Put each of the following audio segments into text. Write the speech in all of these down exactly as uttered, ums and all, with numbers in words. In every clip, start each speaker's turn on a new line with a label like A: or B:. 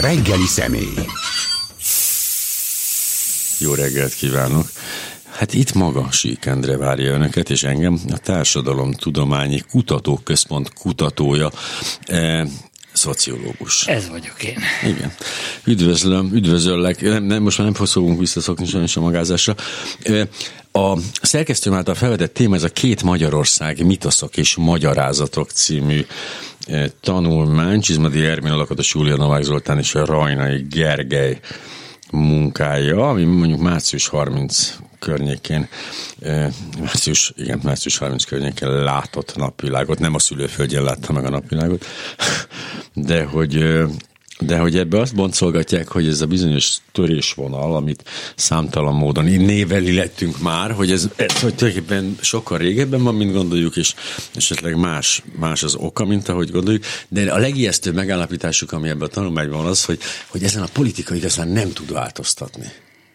A: Reggeli személy.
B: Jó reggelt kívánok! Hát itt maga Sík Endre várja önöket, és engem a Társadalomtudományi Kutatóközpont kutatója, e, szociológus.
C: Ez vagyok én.
B: Igen. Üdvözlöm, üdvözöllek. Nem, nem, most már nem fogunk visszaszokni sajnos a magázásra. E, A szerkesztőm által felvetett téma ez a Két Magyarország, mitoszok és magyarázatok című e, tanulmány. Csizmadi Ermin, Lakatos Júlia, Novák Zoltán és a Rajnai Gergely munkája, ami mondjuk március harmincadika környékén, e, március, igen, március harmincadika környékén látott napvilágot, nem a szülőföldjén látta meg a napvilágot, de hogy De hogy ebbe azt boncolgatják, hogy ez a bizonyos törésvonal, amit számtalan módon névvel illettünk már, hogy ez, ez hogy tulajdonképpen sokkal régebben van, mint gondoljuk, és esetleg más, más az oka, mint ahogy gondoljuk, de a legijesztőbb megállapításuk, ami ebben a tanulmányban van az, hogy, hogy ezen a politika igazán nem tud változtatni.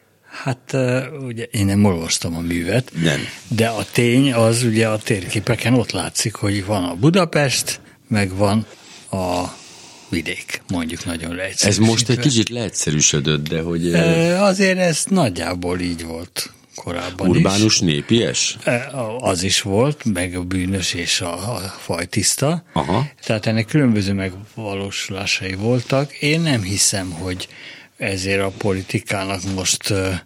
C: Hát ugye én nem olvastam a művet,
B: nem.
C: De a tény az ugye a térképeken ott látszik, hogy van a Budapest, meg van a vidék, mondjuk nagyon leegyszerűsítve.
B: Ez most egy kicsit leegyszerűsödött, de hogy...
C: E, azért ez nagyjából így volt korábban
B: urbánus,
C: is.
B: népies?
C: E, az is volt, meg a bűnös és a, a fajtiszta.
B: Aha.
C: Tehát ennek különböző megvalósulásai voltak. Én nem hiszem, hogy ezért a politikának most ö,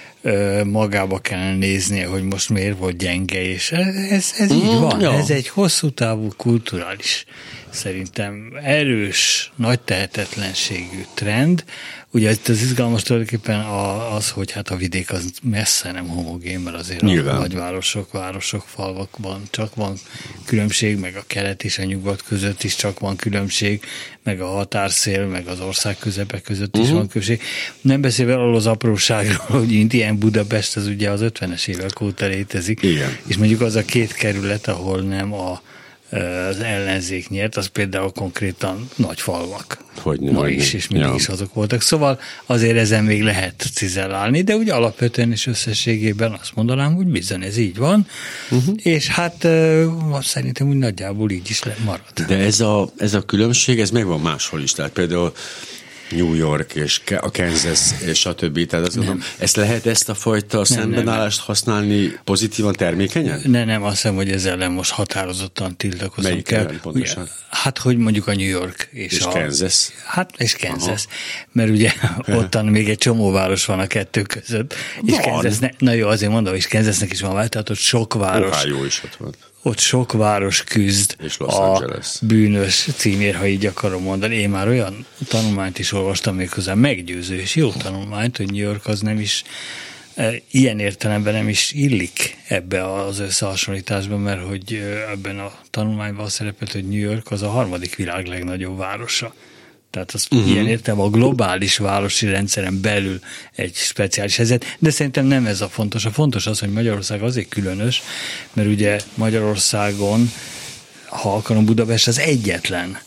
C: ö, magába kellene néznie, hogy most miért volt gyenge, és ez, ez így mm, van. Ja. Ez egy hosszú távú kulturális, szerintem erős, nagy tehetetlenségű trend. Ugye itt az izgalmas tulajdonképpen az, hogy hát a vidék az messze nem homogén, mert azért nyilván a nagyvárosok, városok, falvakban csak van különbség, meg a kelet és a nyugat között is csak van különbség, meg a határszél, meg az ország közepe között uh-huh. is van különbség. Nem beszélve arról az apróságról, hogy mint ilyen Budapest, az ugye az ötvenes évek óta létezik.
B: Igen.
C: És mondjuk az a két kerület, ahol nem a az ellenzék nyert, az például konkrétan nagy falvak.
B: Hogyne,
C: Ma
B: hogyne.
C: is, és mindig
B: ja. is
C: azok voltak. Szóval azért ezen még lehet cizellálni, de úgy alapvetően és összességében azt mondanám, hogy bizony ez így van, uh-huh. és hát uh, szerintem úgy nagyjából így is marad.
B: De ez a, ez a különbség, ez megvan máshol is, tehát például New York és a Kansas és a többi, tehát azt mondom, ezt lehet ezt a fajta nem, szembenállást nem, használni pozitívan, termékenyen?
C: Ne, nem, azt hiszem, hogy ezzel ellen most határozottan tiltakozom.
B: Melyik
C: kell.
B: Ellen, pontosan?
C: Ugye, hát, hogy mondjuk a New York és,
B: és
C: a
B: Kansas.
C: Hát, és Kansas. Aha. Mert ugye ottan még egy csomó város van a kettő között. És Kansas, ne, na jó, azért mondom, és Kansasnek is van vált, tehát ott sok város.
B: Ohio is ott van.
C: Ott sok város küzd
B: a
C: bűnös címért, ha így akarom mondani. Én már olyan tanulmányt is olvastam méghozzá meggyőző és jó tanulmányt, hogy New York az nem is, e, ilyen értelemben nem is illik ebbe az összehasonlításban, mert hogy ebben a tanulmányban szerepelt, hogy New York az a harmadik világ legnagyobb városa. Tehát az uh-huh. ilyen értem a globális városi rendszeren belül egy speciális helyzet, de szerintem nem ez a fontos. A fontos az, hogy Magyarország azért különös, mert ugye Magyarországon, ha akarom, Budapest az egyetlen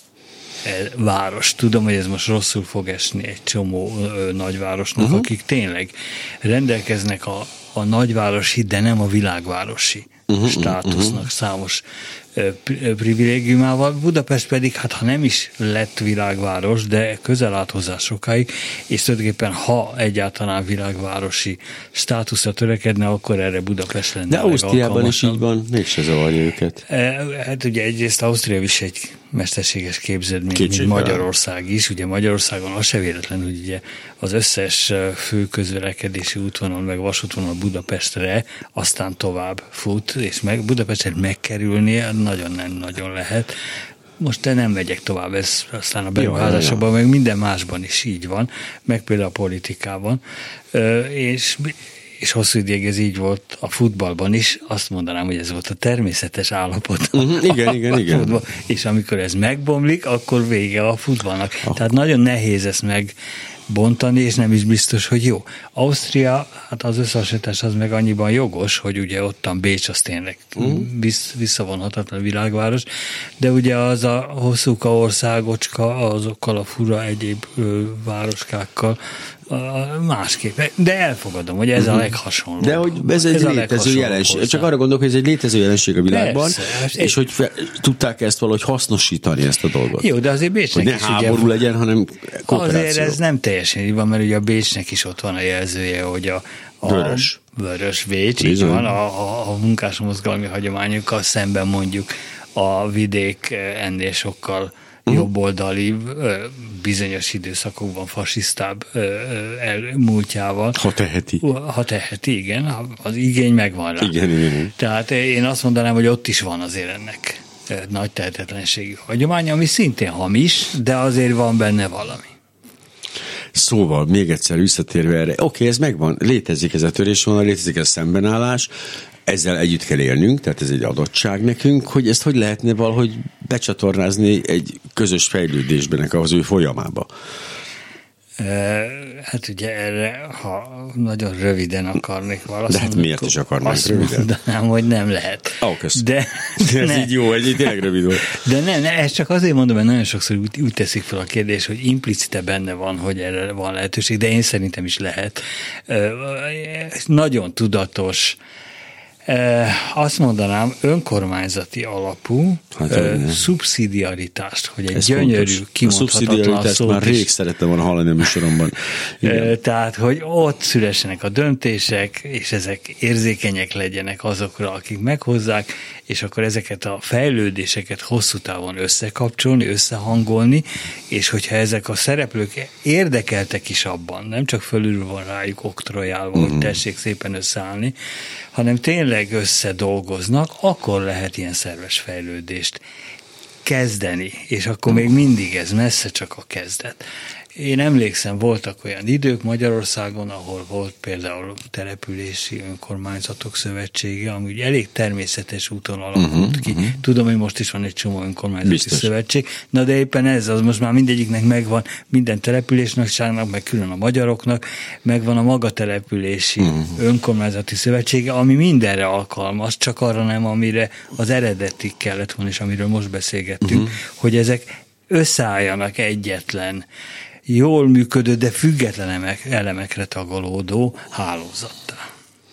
C: város. Tudom, hogy ez most rosszul fog esni egy csomó ö, nagyvárosnak, uh-huh. akik tényleg rendelkeznek a, a nagyvárosi, de nem a világvárosi uh-huh, státusznak uh-huh. számos privilégiumával. Budapest pedig, hát ha nem is lett világváros, de közel állt hozzá sokáig, és tulajdonképpen ha egyáltalán világvárosi státuszra törekedne, akkor erre Budapest lenne.
B: De Ausztriában is így van, mégse zavarja őket.
C: Hát ugye egyrészt Ausztria is egy mesterséges képződmény, mint Magyarország is. Ugye Magyarországon az se véletlen, hogy ugye az összes fő közlekedési útvonal, meg vasútvonal Budapestre, aztán tovább fut, és meg Budapestet megkerülnie nagyon nem nagyon lehet. Most te nem megyek tovább, ez aztán a beruházásokban, meg minden másban is így van, meg például a politikában. És és hosszú ideig ez így volt a futballban is, azt mondanám, hogy ez volt a természetes állapot.
B: Uh-huh, igen, igen, igen.
C: Futball. És amikor ez megbomlik, akkor vége a futballnak. Oh. Tehát nagyon nehéz ezt megbontani, és nem is biztos, hogy jó. Ausztria, hát az összehasonlítás az meg annyiban jogos, hogy ugye ottan Bécs az tényleg uh-huh. vissz, visszavonhatatlan világváros, de ugye az a hosszúka országocska, azokkal a fura egyéb ö, városkákkal, másképp. De elfogadom, hogy ez uh-huh. a leghasonlóbb.
B: De hogy ez egy ez létező jelenség. Csak arra gondolok, hogy ez egy létező jelenség a világban, persze, és hogy fe, tudták ezt valahogy hasznosítani, ezt a dolgot.
C: Jó, de azért Bécsnek
B: hogy ne
C: is
B: háború ugye, legyen, hanem kooperáció.
C: Azért ez nem teljesen így van, mert ugye a Bécsnek is ott van a jelzője, hogy a, a
B: Vörös.
C: Vörös Bécs, így van, a, a, a munkásmozgalmi hagyományokkal szemben mondjuk a vidék ennél sokkal jobboldali, bizonyos időszakokban fasisztább elmúltjával.
B: Ha teheti.
C: Ha teheti, igen, az igény megvan rá.
B: Igen, igen.
C: Tehát én azt mondanám, hogy ott is van azért ennek nagy tehetetlenségi hagyománya, ami szintén hamis, de azért van benne valami.
B: Szóval, még egyszer visszatérve erre, oké, okay, ez megvan, létezik ez a törésvonal, létezik ez a szembenállás, ezzel együtt kell élnünk, tehát ez egy adottság nekünk, hogy ezt hogy lehetne valahogy becsatornázni egy közös fejlődésben az ő folyamába.
C: Hát ugye erre, ha nagyon röviden akarnék válaszolni.
B: De hát miért is akarnánk röviden?
C: Azt mondanám, hogy nem lehet.
B: Ó, de, de ez ne. így jó, ez így tényleg rövid volt.
C: De nem, ne, ezt csak azért mondom, mert nagyon sokszor úgy, úgy teszik fel a kérdés, hogy implicite benne van, hogy erre van lehetőség, de én szerintem is lehet. Nagyon tudatos, azt mondanám, önkormányzati alapú hát, uh, szubszidiaritást, hogy egy ez gyönyörű, fontos. Kimondhatatlan szót
B: már rég szerettem volna hallani a műsoromban.
C: Igen. Tehát, hogy ott szülessenek a döntések, és ezek érzékenyek legyenek azokra, akik meghozzák, és akkor ezeket a fejlődéseket hosszú távon összekapcsolni, összehangolni, és hogyha ezek a szereplők érdekeltek is abban, nem csak fölülről van rájuk oktrojálva, uh-huh. hogy tessék szépen összeállni, hanem tényleg összedolgoznak, akkor lehet ilyen szerves fejlődést kezdeni, és akkor még mindig ez messze csak a kezdet. Én emlékszem, voltak olyan idők Magyarországon, ahol volt például települési önkormányzatok szövetsége, ami ugye elég természetes úton alakult uh-huh, ki. Uh-huh. Tudom, hogy most is van egy csomó önkormányzati Biztos. Szövetség, na de éppen ez az, most már mindegyiknek megvan, minden településnek, meg külön a magyaroknak, megvan a maga települési uh-huh. önkormányzati szövetsége, ami mindenre alkalmas, csak arra nem, amire az eredeti kellett volna, és amiről most beszélgettünk, uh-huh. hogy ezek összeálljanak egyetlen jól működő, de független elemekre tagolódó hálózattá.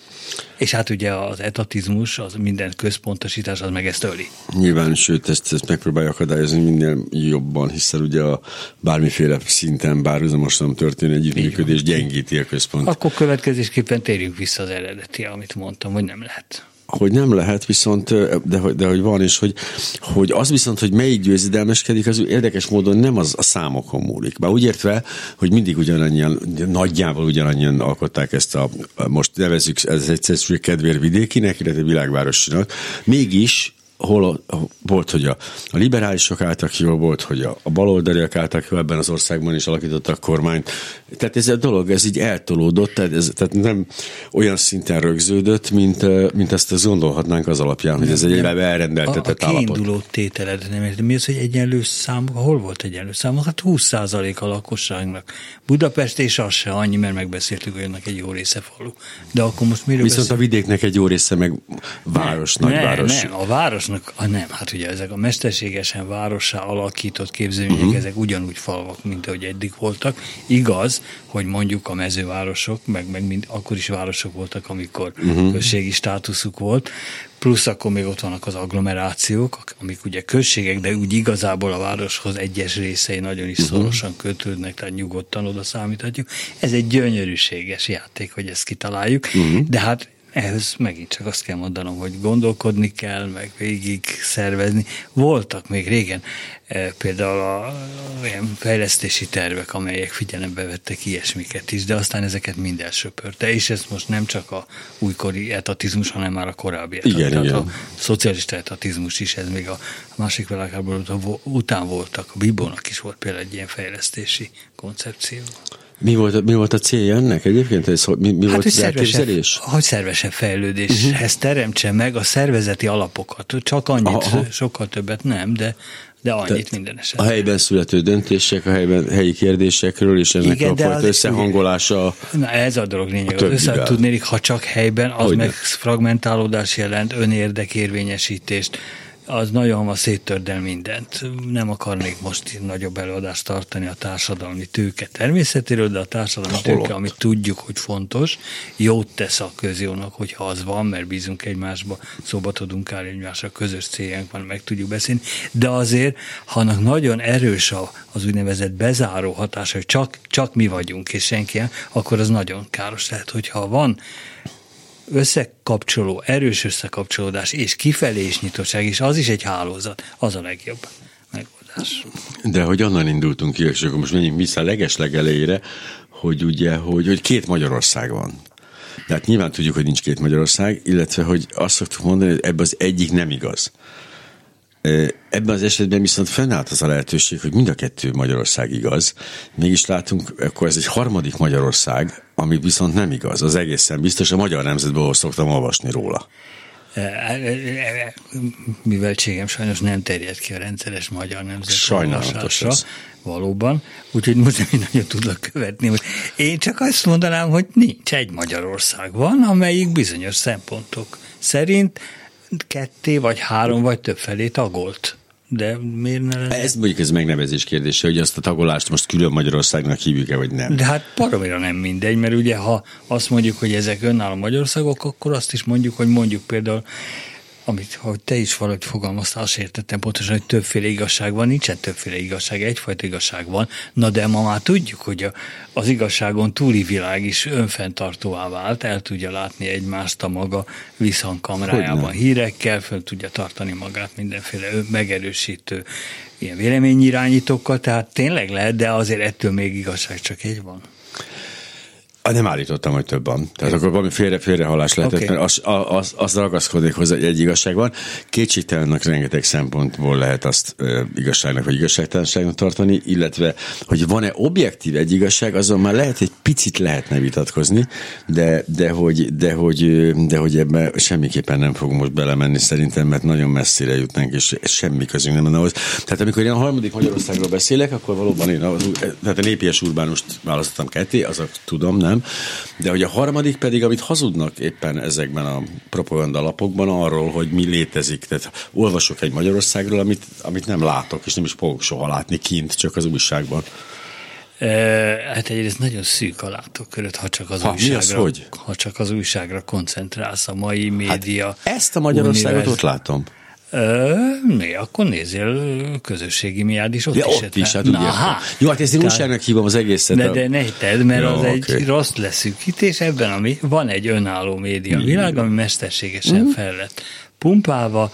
C: És hát ugye az etatizmus, az minden központosítás, az meg ezt öli.
B: Nyilván, sőt, ezt, ezt megpróbálja akadályozni minél jobban, hiszen ugye a bármiféle szinten, párhuzamosan történő együttműködés gyengíti a központ.
C: Akkor következésképpen térjünk vissza az eredeti, amit mondtam, hogy nem lehet.
B: Hogy nem lehet, viszont, de, de hogy van, és hogy, hogy az viszont, hogy melyik győzedelmeskedik, az érdekes módon nem az a számokon múlik. Bár úgy értve, hogy mindig ugyanannyian, nagyjából ugyanannyian alkották ezt a, most nevezzük ez egyszerűen kedvér vidékinek, illetve világvárosinak, mégis hol volt, hogy a, a liberálisok álltak jól, volt, hogy a, a baloldaliak álltak jól, ebben az országban is alakítottak kormányt. Tehát ez a dolog, ez így eltolódott, tehát, ez, tehát nem olyan szinten rögződött, mint, mint ezt az gondolhatnánk az alapján, hogy ez egy elrendeltetett állapot.
C: A kiinduló tételed nem értem. Mi az, hogy egyenlő számok? Hol volt egyenlő számok? Hát húsz százalék a lakosságnak. Budapest és az se annyi, mert megbeszéltük, hogy önnek egy jó része falu. De akkor most miről
B: Viszont
C: beszélünk?
B: A vidéknek egy jó része meg város, nem, nagyváros.
C: Nem, a város Ah, nem, hát ugye ezek a mesterségesen várossá alakított képzőmények, uh-huh. ezek ugyanúgy falvak, mint ahogy eddig voltak. Igaz, hogy mondjuk a mezővárosok, meg, meg mind, akkor is városok voltak, amikor uh-huh. községi státuszuk volt, plusz akkor még ott vannak az agglomerációk, amik ugye községek, de úgy igazából a városhoz egyes részei nagyon is uh-huh. szorosan kötődnek, tehát nyugodtan oda számíthatjuk. Ez egy gyönyörűséges játék, hogy ezt kitaláljuk, uh-huh. de hát ehhez megint csak azt kell mondanom, hogy gondolkodni kell, meg végig szervezni. Voltak még régen e, például a, olyan fejlesztési tervek, amelyek figyelembe vettek ilyesmiket is, de aztán ezeket mind elsöpörte, és ez most nem csak a újkori etatizmus, hanem már a korábbi etatizmus. Igen, igen. A szocialista etatizmus is, ez még a másik világháború után voltak. A Bibónak is volt például egy ilyen fejlesztési koncepció.
B: Mi volt, mi volt a célja ennek egyébként? Ez, mi mi hát, volt az elképzelés?
C: Hogy szervesebb fejlődéshez uh-huh. teremtse meg a szervezeti alapokat. Csak annyit, aha, sokkal többet nem, de, de annyit tehát minden esetben.
B: A helyben születő döntések, a helyben, helyi kérdésekről, és ennek igen, a fajta összehangolása.
C: Na ez a dolog lényeg. Össze tudnék, ha csak helyben, az hogy meg ne? fragmentálódás jelent, önérdekérvényesítést, az nagyon hamar széttördel mindent. Nem akarnék most nagyobb előadást tartani a társadalmi tőke természetéről, de a társadalmi Holott. tőke, amit tudjuk, hogy fontos, jót tesz a közjónak, hogyha az van, mert bízunk egymásba, szóba tudunk állni egymásra, közös céljánk van, meg tudjuk beszélni, de azért, ha annak nagyon erős az úgynevezett bezáró hatása, hogy csak, csak mi vagyunk, és senki, akkor az nagyon káros lehet, hogyha van összekapcsoló, erős összekapcsolódás, és kifelé is nyitottság, és az is egy hálózat, az a legjobb megoldás.
B: De hogy onnan indultunk ki, és akkor most menjünk vissza a legeslegelejére, hogy ugye, hogy, hogy két Magyarország van. De hát nyilván tudjuk, hogy nincs két Magyarország, illetve, hogy azt szoktuk mondani, hogy ebben az egyik nem igaz. Ebben az esetben viszont fennállt az a lehetőség, hogy mind a kettő Magyarország igaz. Mégis látunk, akkor ez egy harmadik Magyarország, ami viszont nem igaz. Az egészen biztos, a Magyar Nemzetből szoktam olvasni róla.
C: Műveltségem sajnos nem terjed ki a rendszeres Magyar Nemzetből olvasásra.
B: Ez.
C: Valóban. Úgyhogy most nem nagyon tudlak követni. Én csak azt mondanám, hogy nincs egy Magyarország van, amelyik bizonyos szempontok szerint ketté, vagy három, vagy több felé tagolt. De miért ne lenne?
B: Ez mondjuk ez megnevezés kérdése, hogy azt a tagolást most külön Magyarországnak hívjuk-e, vagy nem?
C: De hát baromira nem mindegy, mert ugye ha azt mondjuk, hogy ezek önálló Magyarországok, akkor azt is mondjuk, hogy mondjuk például, amit, hogy te is valahogy fogalmaztál, azt értettem pontosan, hogy többféle igazság van, nincsen többféle igazság, egyfajta igazság van, na de ma már tudjuk, hogy a, az igazságon túli világ is önfenntartóvá vált, el tudja látni egymást a maga visszhangkamrájában hírekkel, föl tudja tartani magát mindenféle megerősítő ilyen véleményirányítókkal, tehát tényleg lehet, de azért ettől még igazság csak egy van.
B: Nem állítottam, hogy több van. Tehát akkor valami félre, félrehallás lehetett, okay. Mert azt az, az ragaszkodnék hozzá, hogy egy igazság van. Kétségtelennek rengeteg szempontból lehet azt e, igazságnak vagy igazságtalanságnak tartani, illetve, hogy van-e objektív egy igazság, azon már lehet egy picit lehetne vitatkozni, de, de, hogy, de, hogy, de hogy ebben semmiképpen nem fogunk most belemenni szerintem, mert nagyon messzire jutnánk, és semmi közünk nem lenne ahhoz. Tehát amikor én a harmadik Magyarországról beszélek, akkor valóban én az, tehát a népies urbánust választottam ketté, azok tudom, nem? De hogy a harmadik pedig, amit hazudnak éppen ezekben a propagandalapokban arról, hogy mi létezik. Tehát olvasok egy Magyarországról, amit, amit nem látok, és nem is fogok soha látni kint, csak az újságban.
C: E, hát egyrészt nagyon szűk a látóköröd, ha csak az
B: ha,
C: újságra,
B: az, hogy?
C: ha csak az újságra koncentrálsz, a mai média.
B: Hát ezt a Magyarországot univerz... ott látom.
C: Ö, né, akkor nézzél közösségi médiát is, ott
B: de
C: is.
B: ott is, hát ugye. Jó, hát ezt én újságnak hívom az egészet.
C: De, de ne hitted, mert jó, az okay. egy rossz leszűkítés, ebben ami, van egy önálló média világ, ami mesterségesen mm. fel lett pumpálva,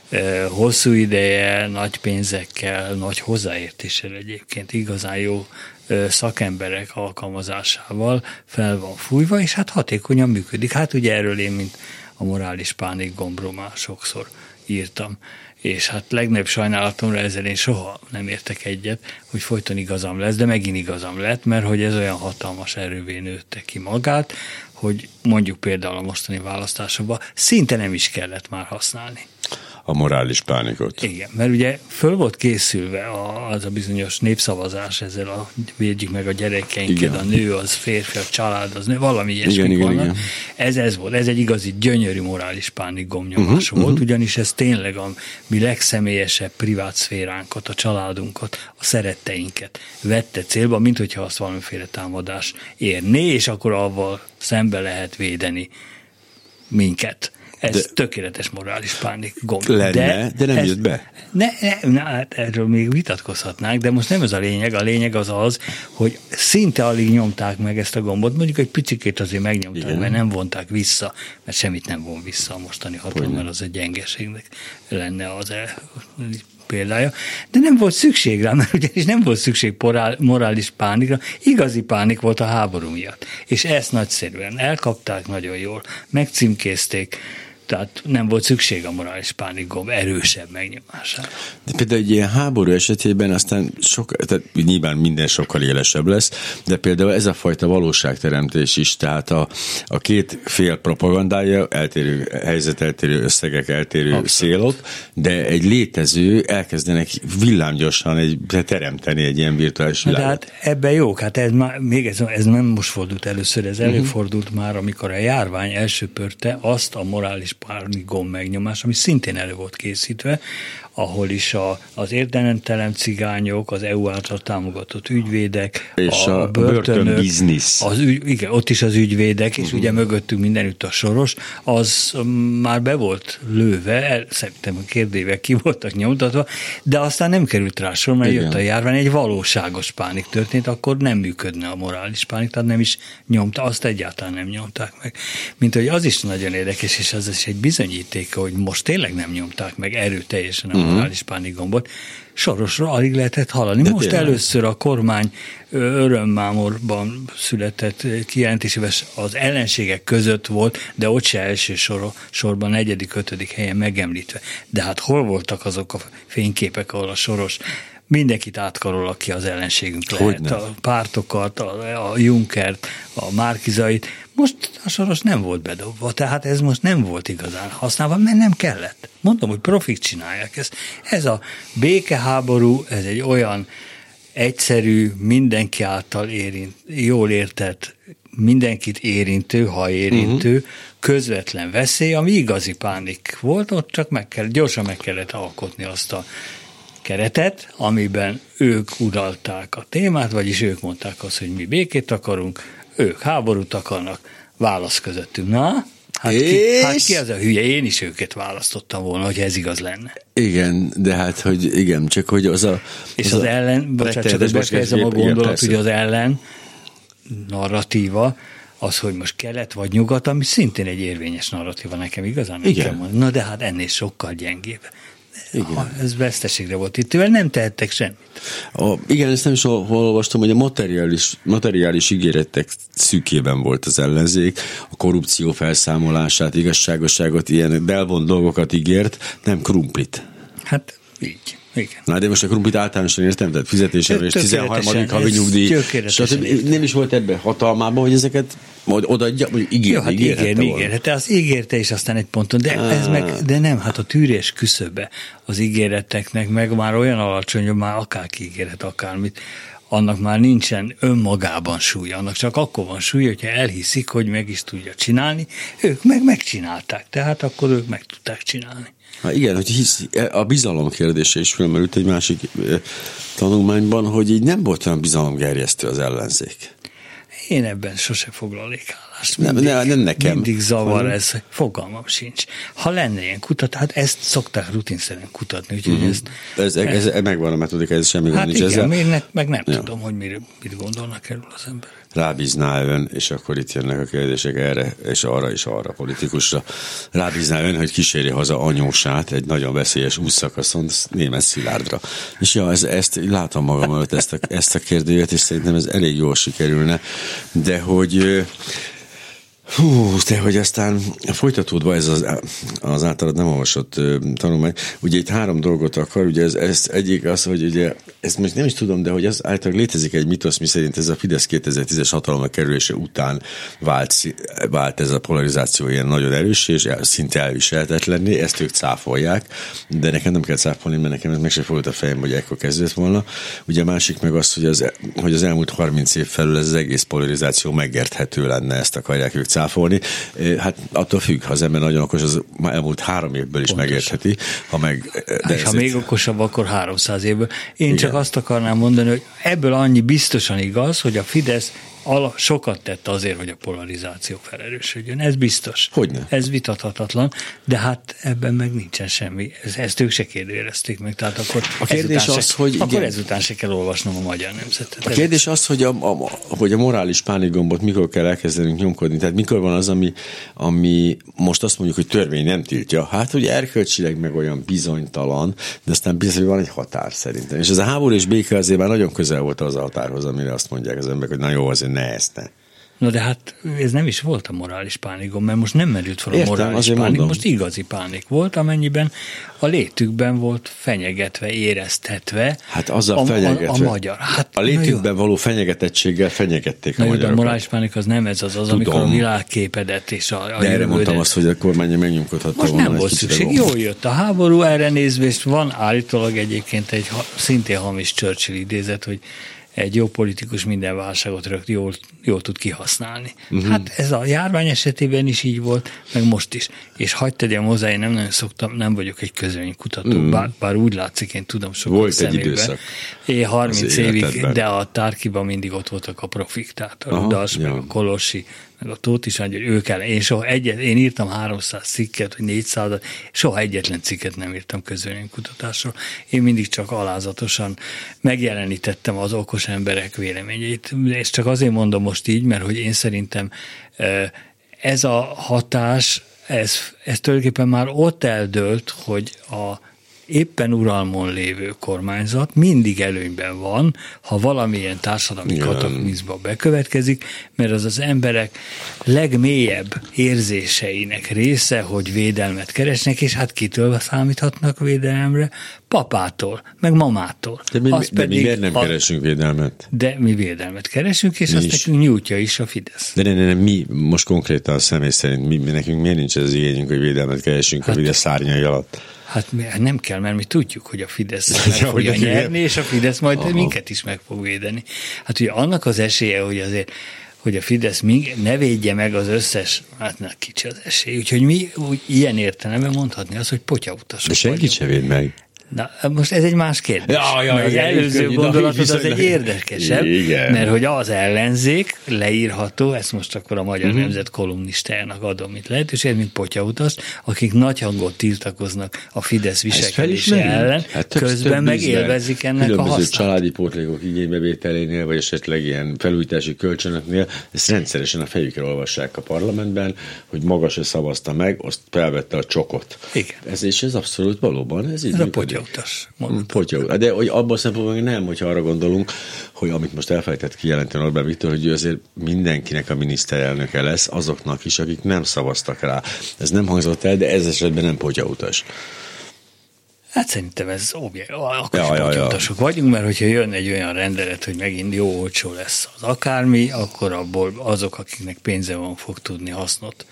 C: hosszú ideje, nagy pénzekkel, nagy hozzáértéssel egyébként, igazán jó szakemberek alkalmazásával fel van fújva, és hát hatékonyan működik. Hát ugye erről én, mint a morális pánik gombról már sokszor írtam, és hát legnagyobb sajnálatomra ezzel én soha nem értek egyet, hogy folyton igazam lesz, de megint igazam lett, mert hogy ez olyan hatalmas erővé nőtte ki magát, hogy mondjuk például a mostani választásokban szinte nem is kellett már használni.
B: A morális pánikot.
C: Igen, mert ugye föl volt készülve az a bizonyos népszavazás ezzel a védjük meg a gyerekeinket, a nő az férfi, a család az nő, valami ilyesmik vannak. Igen. Ez, ez volt, ez egy igazi gyönyörű morális pánik gomnyomás uh-huh, volt, uh-huh. ugyanis ez tényleg a mi legszemélyesebb privát szféránkat, a családunkat, a szeretteinket vette célba, mint hogyha azt valamiféle támadás érné, és akkor avval szembe lehet védeni minket. Ez de, tökéletes morális pánik gomb.
B: Lenne, de, de nem ez, jött be.
C: Ne, ne, na, hát erről még vitatkozhatnánk, de most nem ez a lényeg. A lényeg az az, hogy szinte alig nyomták meg ezt a gombot. Mondjuk egy picikét azért megnyomták, igen. mert nem vonták vissza, mert semmit nem von vissza a mostani hatalom, mert az egy gyengeségnek lenne az el, példája. De nem volt szükség rá, mert ugyanis nem volt szükség porál, morális pánikra, igazi pánik volt a háború miatt. És ezt nagyszerűen elkapták nagyon jól, megcímkézték, tehát nem volt szükség a morális pánikgomb erősebb megnyomására.
B: De például egy ilyen háború esetében aztán sok, tehát nyilván minden sokkal élesebb lesz, de például ez a fajta valóságteremtés is, tehát a, a két fél propagandája, eltérő helyzet, eltérő összegek, eltérő abszolút. Célok, de egy létező elkezdenek villámgyorsan egy, teremteni egy ilyen virtuális világot.
C: De hát ebben jók, hát ez, már, még ez, ez nem most fordult először, ez előfordult uh-huh. már, amikor a járvány elsöpörte azt a morális pánik gomb megnyomás, ami szintén elő volt készítve, ahol is a, az érdemtelen cigányok, az é u által támogatott ügyvédek,
B: és
C: a,
B: a
C: börtönök,
B: börtönbiznisz.
C: Az ügy, igen, ott is az ügyvédek, és uh-huh. ugye mögöttünk mindenütt a Soros, az már be volt lőve, el, szerintem a kérdőívek ki voltak nyomtatva, de aztán nem került rá sor, mert igen. jött a járvány, egy valóságos pánik történt, akkor nem működne a morális pánik, tehát nem is nyomta, azt egyáltalán nem nyomták meg. Mint hogy az is nagyon érdekes, és az is egy bizonyítéka, hogy most tényleg nem nyomták meg erőteljesen a uh-huh. morális pánikgombot. Sorosról alig lehetett hallani. De most tényleg. Először a kormány örömmámorban született kijelentésével az ellenségek között volt, de ott se első sor, sorban negyedik, ötödik helyen megemlítve. De hát hol voltak azok a fényképek, ahol a Soros mindenkit átkarol, aki az ellenségünk lehet. Hogyne. A pártokat, a, a Junckert, a Márkizait. Most a Soros nem volt bedobva, tehát ez most nem volt igazán használva, mert nem kellett. Mondom, hogy profik csinálják ezt. Ez a békeháború, ez egy olyan egyszerű, mindenki által érint, jól értett, mindenkit érintő, ha érintő, uh-huh. közvetlen veszély, ami igazi pánik volt, ott csak meg kell, gyorsan meg kellett alkotni azt a keretet, amiben ők uralták a témát, vagyis ők mondták azt, hogy mi békét akarunk, ők háborút akarnak, válasz közöttünk. Na, hát ki, hát ki az a hülye? Én is őket választottam volna, hogy ez igaz lenne.
B: Igen, de hát, hogy igen, csak hogy az a...
C: És az, az ellen, bocsánat, csak befejezem a gondolat, hogy az ellen narratíva, az, hogy most kelet vagy nyugat, ami szintén egy érvényes narratíva nekem igazán nem kell mondani. Na de hát ennél sokkal gyengébb. Igen. Ez veszteségre volt itt, mert nem tehettek semmit.
B: A, igen, ezt nem is hol olvastam, hogy a materiális, materiális ígéretek szűkében volt az ellenzék, a korrupció felszámolását, igazságosságot, ilyen belvont dolgokat ígért, nem krumplit. Hát így. Igen. Na, de most a krumplit általánosan értem, tehát fizetésemre és tizenharmadik havi nyugdíj. Nem is volt ebben hatalmában, hogy ezeket majd odaadja, vagy ígér,
C: jó, hát
B: ígérhette
C: ígér, ígérhette, az ígérte is aztán egy ponton, de, ez meg, de nem, hát a tűrés küszöbe az ígéreteknek meg már olyan alacsony, hogy már akárki ígérhet akármit, annak már nincsen önmagában súlya, annak csak akkor van súlya, hogyha elhiszik, hogy meg is tudja csinálni, ők meg megcsinálták, tehát akkor ők meg tudták csinálni.
B: Ha igen, hogy hisz, a bizalom kérdése is felmerült egy másik tanulmányban, hogy így nem volt olyan bizalomgerjesztő az ellenzék.
C: Én ebben sose foglalék állást.
B: Mindig, nem, nem nekem.
C: Mindig zavar hanem. Ez, fogalmam sincs. Ha lenne ilyen kutat, hát ezt szokták rutinszerűen kutatni, úgyhogy mm-hmm. ezt...
B: Ez, ez, ez megvan a metodika, ez semmi
C: hát
B: gond nincs
C: igen,
B: ezzel.
C: Én meg nem ja. tudom, hogy mit, mit gondolnak erről az emberek.
B: Rábízná ön, és akkor itt jönnek a kérdések erre, és arra is arra politikusra. Rábízná ön, hogy kíséri haza anyósát egy nagyon veszélyes útszakaszon Németh Szilárdra. És ja, ez, ezt látom magam előtt ezt a, ezt a kérdőjét, és szerintem ez elég jól sikerülne, de hogy hú, de hogy aztán folytatódva ez az, az általad nem olvasott uh, tanulmány, ugye itt három dolgot akar, ugye ez, ez egyik az, hogy ugye, ezt most nem is tudom, de hogy az általában létezik egy mitosz, miszerint ez a Fidesz kétezer-tízes hatalomra kerülése után vált, vált ez a polarizáció ilyen nagyon erős, és szinte elviselhetetlenné, ezt ők cáfolják, de nekem nem kell cáfolni, mert nekem ez meg se fogott a fejem, hogy ekkor kezdődött volna. Ugye a másik meg az, hogy az, hogy az elmúlt harminc év felül ez az egész polarizáció megérthető lenne, ezt akarják ők cáfolni. Hát attól függ, ha az ember nagyon okos, az elmúlt három évből is Pontosan. megértheti. Ha meg,
C: de és ha még okosabb, akkor háromszáz évből. Én igen. csak azt akarnám mondani, hogy ebből annyi biztosan igaz, hogy a Fidesz ala, sokat tett azért, hogy a polarizáció felerősödjön. Ez biztos.
B: Hogyne?
C: Ez vitathatatlan, de hát ebben meg nincsen semmi. Ezt ők se kérdőjelezték meg, tehát akkor,
B: a kérdés az,
C: se,
B: hogy
C: akkor
B: igen.
C: ezután se kell olvasnom a Magyar Nemzetet.
B: A kérdés az, hogy a, a, hogy a morális pánikgombot mikor kell elkezdenünk nyomkodni, tehát mikor van az, ami, ami most azt mondjuk, hogy törvény nem tiltja. Hát, hogy erkölcsileg meg olyan bizonytalan, de aztán bizony, hogy van egy határ szerintem. És ez a háború és béke azért már nagyon közel volt az a határhoz, amire azt mondják az emberek, hogy na jó, azért ne ezt ne.
C: No de hát ez nem is volt a morális pánikon, mert most nem merült fel a Értem, morális pánik, mondom. Most igazi pánik volt, amennyiben a létükben volt fenyegetve, éreztetve
B: hát azzal
C: a,
B: fenyegetve.
C: A, a magyar. Hát,
B: a létükben való fenyegetettséggel fenyegették
C: na
B: a magyarokat.
C: A morális pánik az nem ez az, az amikor a világképedet és a, a
B: de erre mondtam azt, hogy a kormány megnyomkodhatta
C: most
B: volna.
C: Nem volt szükség. Jól jött a háború, erre nézve, és van állítólag egyébként egy szintén hamis Churchill idézet, hogy egy jó politikus minden válságot rögt jól, jól tud kihasználni. Uh-huh. Hát ez a járvány esetében is így volt, meg most is. És hagyd tegyem hozzá, én nem nagyon szoktam, nem vagyok egy közvéleménykutató, uh-huh. bár, bár úgy látszik, én tudom sokat
B: volt
C: szemében.
B: Egy időszak.
C: Én harminc évig, de a Tárkiban mindig ott voltak a profik, tehát a Rudas, meg a Kolossi, meg a Tóth is, hogy ők ellen. Én, soha egyet, én írtam háromszáz cikket, vagy négyszázat, soha egyetlen cikket nem írtam közvéleménykutatásról. Én mindig csak alázatosan megjelenítettem az okos emberek véleményeit. És csak azért mondom most így, mert hogy én szerintem ez a hatás, ez, ez tulajdonképpen már ott eldőlt, hogy a éppen uralmon lévő kormányzat mindig előnyben van, ha valamilyen társadalmi kataklizma bekövetkezik, mert az az emberek legmélyebb érzéseinek része, hogy védelmet keresnek, és hát kitől számíthatnak védelemre? Papától, meg mamától.
B: De mi, de mi miért nem a, keresünk védelmet?
C: De mi védelmet keresünk, és mi azt is. Nekünk nyújtja is a Fidesz.
B: De ne, ne, ne, mi most konkrétan személy szerint, mi, nekünk miért nincs ez az igényünk, hogy védelmet keresünk hát, a Fidesz szárnyai alatt?
C: Hát nem kell, mert mi tudjuk, hogy a Fidesz meg fogja nyerni, és a Fidesz majd Aha. minket is meg fog védeni. Hát ugye annak az esélye, hogy azért hogy a Fidesz ne védje meg az összes, hát ne, kicsi az esély. Úgyhogy mi úgy, ilyen értelemben mondhatni azt, hogy potyautasok.
B: De senki se véd meg.
C: Na, most ez egy más kérdés. Ja, ja, az igen, előző igen, gondolatod az egy érdekesebb, igen. Mert hogy az ellenzék leírható, ezt most akkor a Magyar uh-huh. Nemzet kolumnistájának adom itt lehetőséget, mint potyautas, akik nagy hangot tiltakoznak a Fidesz viselkedése ellen, hát közben meg élvezik ennek a hasznát. Különböző családi pótlékok igénybevételénél, vagy esetleg ilyen felújítási kölcsönöknél, ezt rendszeresen a fejükre olvassák a parlamentben, hogy maga se szavazta meg, azt felvette a csokot. Igen. Ez, és ez abszolút valóban, ez így ez működik. Potyautas. Potyautas. De hogy abban szempontból nem, hogyha arra gondolunk, hogy amit most elfelejtett kijelenteni Orbán Viktor, hogy ő azért mindenkinek a miniszterelnöke lesz, azoknak is, akik nem szavaztak rá. Ez nem hangzott el, de ez esetben nem potyautas. Hát szerintem ez objekt, akkor ja, is ja, potyautasok ja. vagyunk, mert hogyha jön egy olyan rendelet, hogy megint jó olcsó lesz az akármi, akkor abból azok, akiknek pénze van, fog tudni hasznot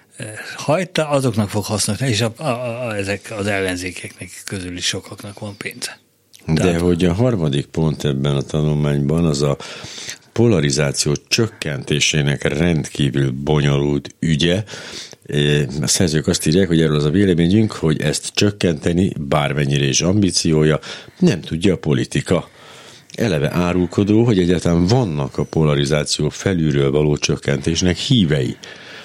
C: hajta, azoknak fog hasznot, és a, a, a, ezek az ellenzékeknek közül is sokaknak van pénze. De Tehát, hogy a harmadik pont ebben a tanulmányban az a polarizáció csökkentésének rendkívül bonyolult ügye. A szerzők azt írják, hogy erről az a véleményünk, hogy ezt csökkenteni, bármennyire is ambíciója, nem tudja a politika. Eleve árulkodó, hogy egyáltalán vannak a polarizáció felülről való csökkentésnek hívei.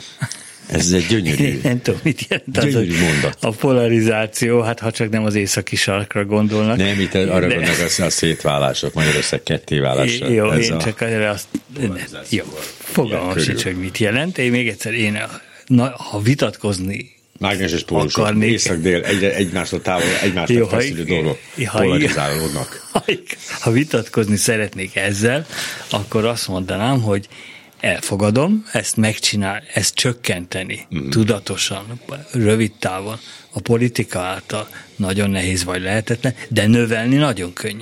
C: Ez egy gyönyörű, nem tudom, mit jelent
B: gyönyörű az mondat.
C: A polarizáció, hát ha csak nem az északi sarkra gondolnak.
B: Nem, itt arra de... gondolnak a szétválások, Magyarország kettéválásra.
C: Jó, ez én a... csak erre azt... Jó, fogalmam sincs, hogy mit jelent. Én még egyszer, én, na, ha vitatkozni
B: mágneses pólusok, akarnék... észak-dél, egy, egymásra távol, egymásra feszülő dolgok polarizálódnak.
C: Ha, ha vitatkozni szeretnék ezzel, akkor azt mondanám, hogy elfogadom, ezt megcsinál, ezt csökkenteni mm. tudatosan, rövid távon, a politika által nagyon nehéz vagy lehetetlen, de növelni nagyon könnyű.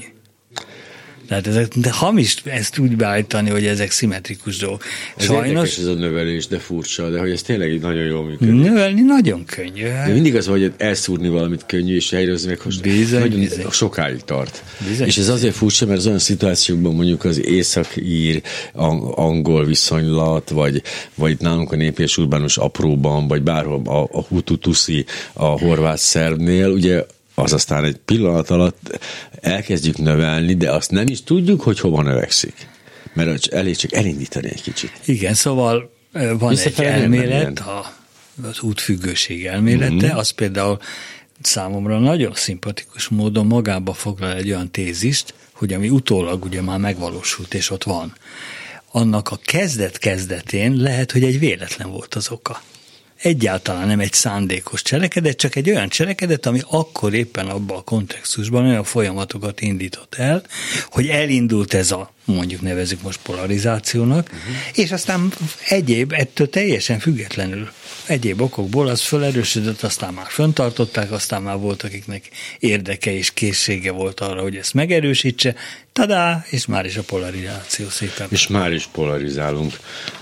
C: Tehát ezek, de hamis ezt úgy beállítani, hogy ezek szimmetrikus dolgok.
B: Ez Sajnos, érdekes ez a növelés, de furcsa, de hogy ez tényleg nagyon jól működik.
C: Növelni nagyon könnyű.
B: De mindig az, hogy elszúrni valamit könnyű, és helyrehozni meg bizony, nagyon bizony. sokáig tart. Bizony, és ez azért furcsa, mert az olyan szituációkban mondjuk az északír, angol viszonylat, vagy, vagy nálunk a népies urbánus apróban, vagy bárhol a, a hutu-tuszi, a horvát szerbnél, ugye az aztán egy pillanat alatt elkezdjük növelni, de azt nem is tudjuk, hogy hova növekszik. Mert elég csak elindítani egy kicsit.
C: Igen, szóval van Visszafele egy elmélet, a, az útfüggőség elmélete, mm-hmm. az például számomra nagyon szimpatikus módon magába foglal egy olyan tézist, hogy ami utólag ugye már megvalósult, és ott van, annak a kezdet-kezdetén lehet, hogy egy véletlen volt az oka. Egyáltalán nem egy szándékos cselekedet, csak egy olyan cselekedet, ami akkor éppen abban a kontextusban olyan folyamatokat indított el, hogy elindult ez a, mondjuk nevezzük most polarizációnak, uh-huh. és aztán egyéb, ettől teljesen függetlenül egyéb okokból az fölerősödött, aztán már föntartották, aztán már volt, akiknek érdeke és készsége volt arra, hogy ezt megerősítse, tadá, és már is a polarizáció szépen.
B: És már is polarizálunk,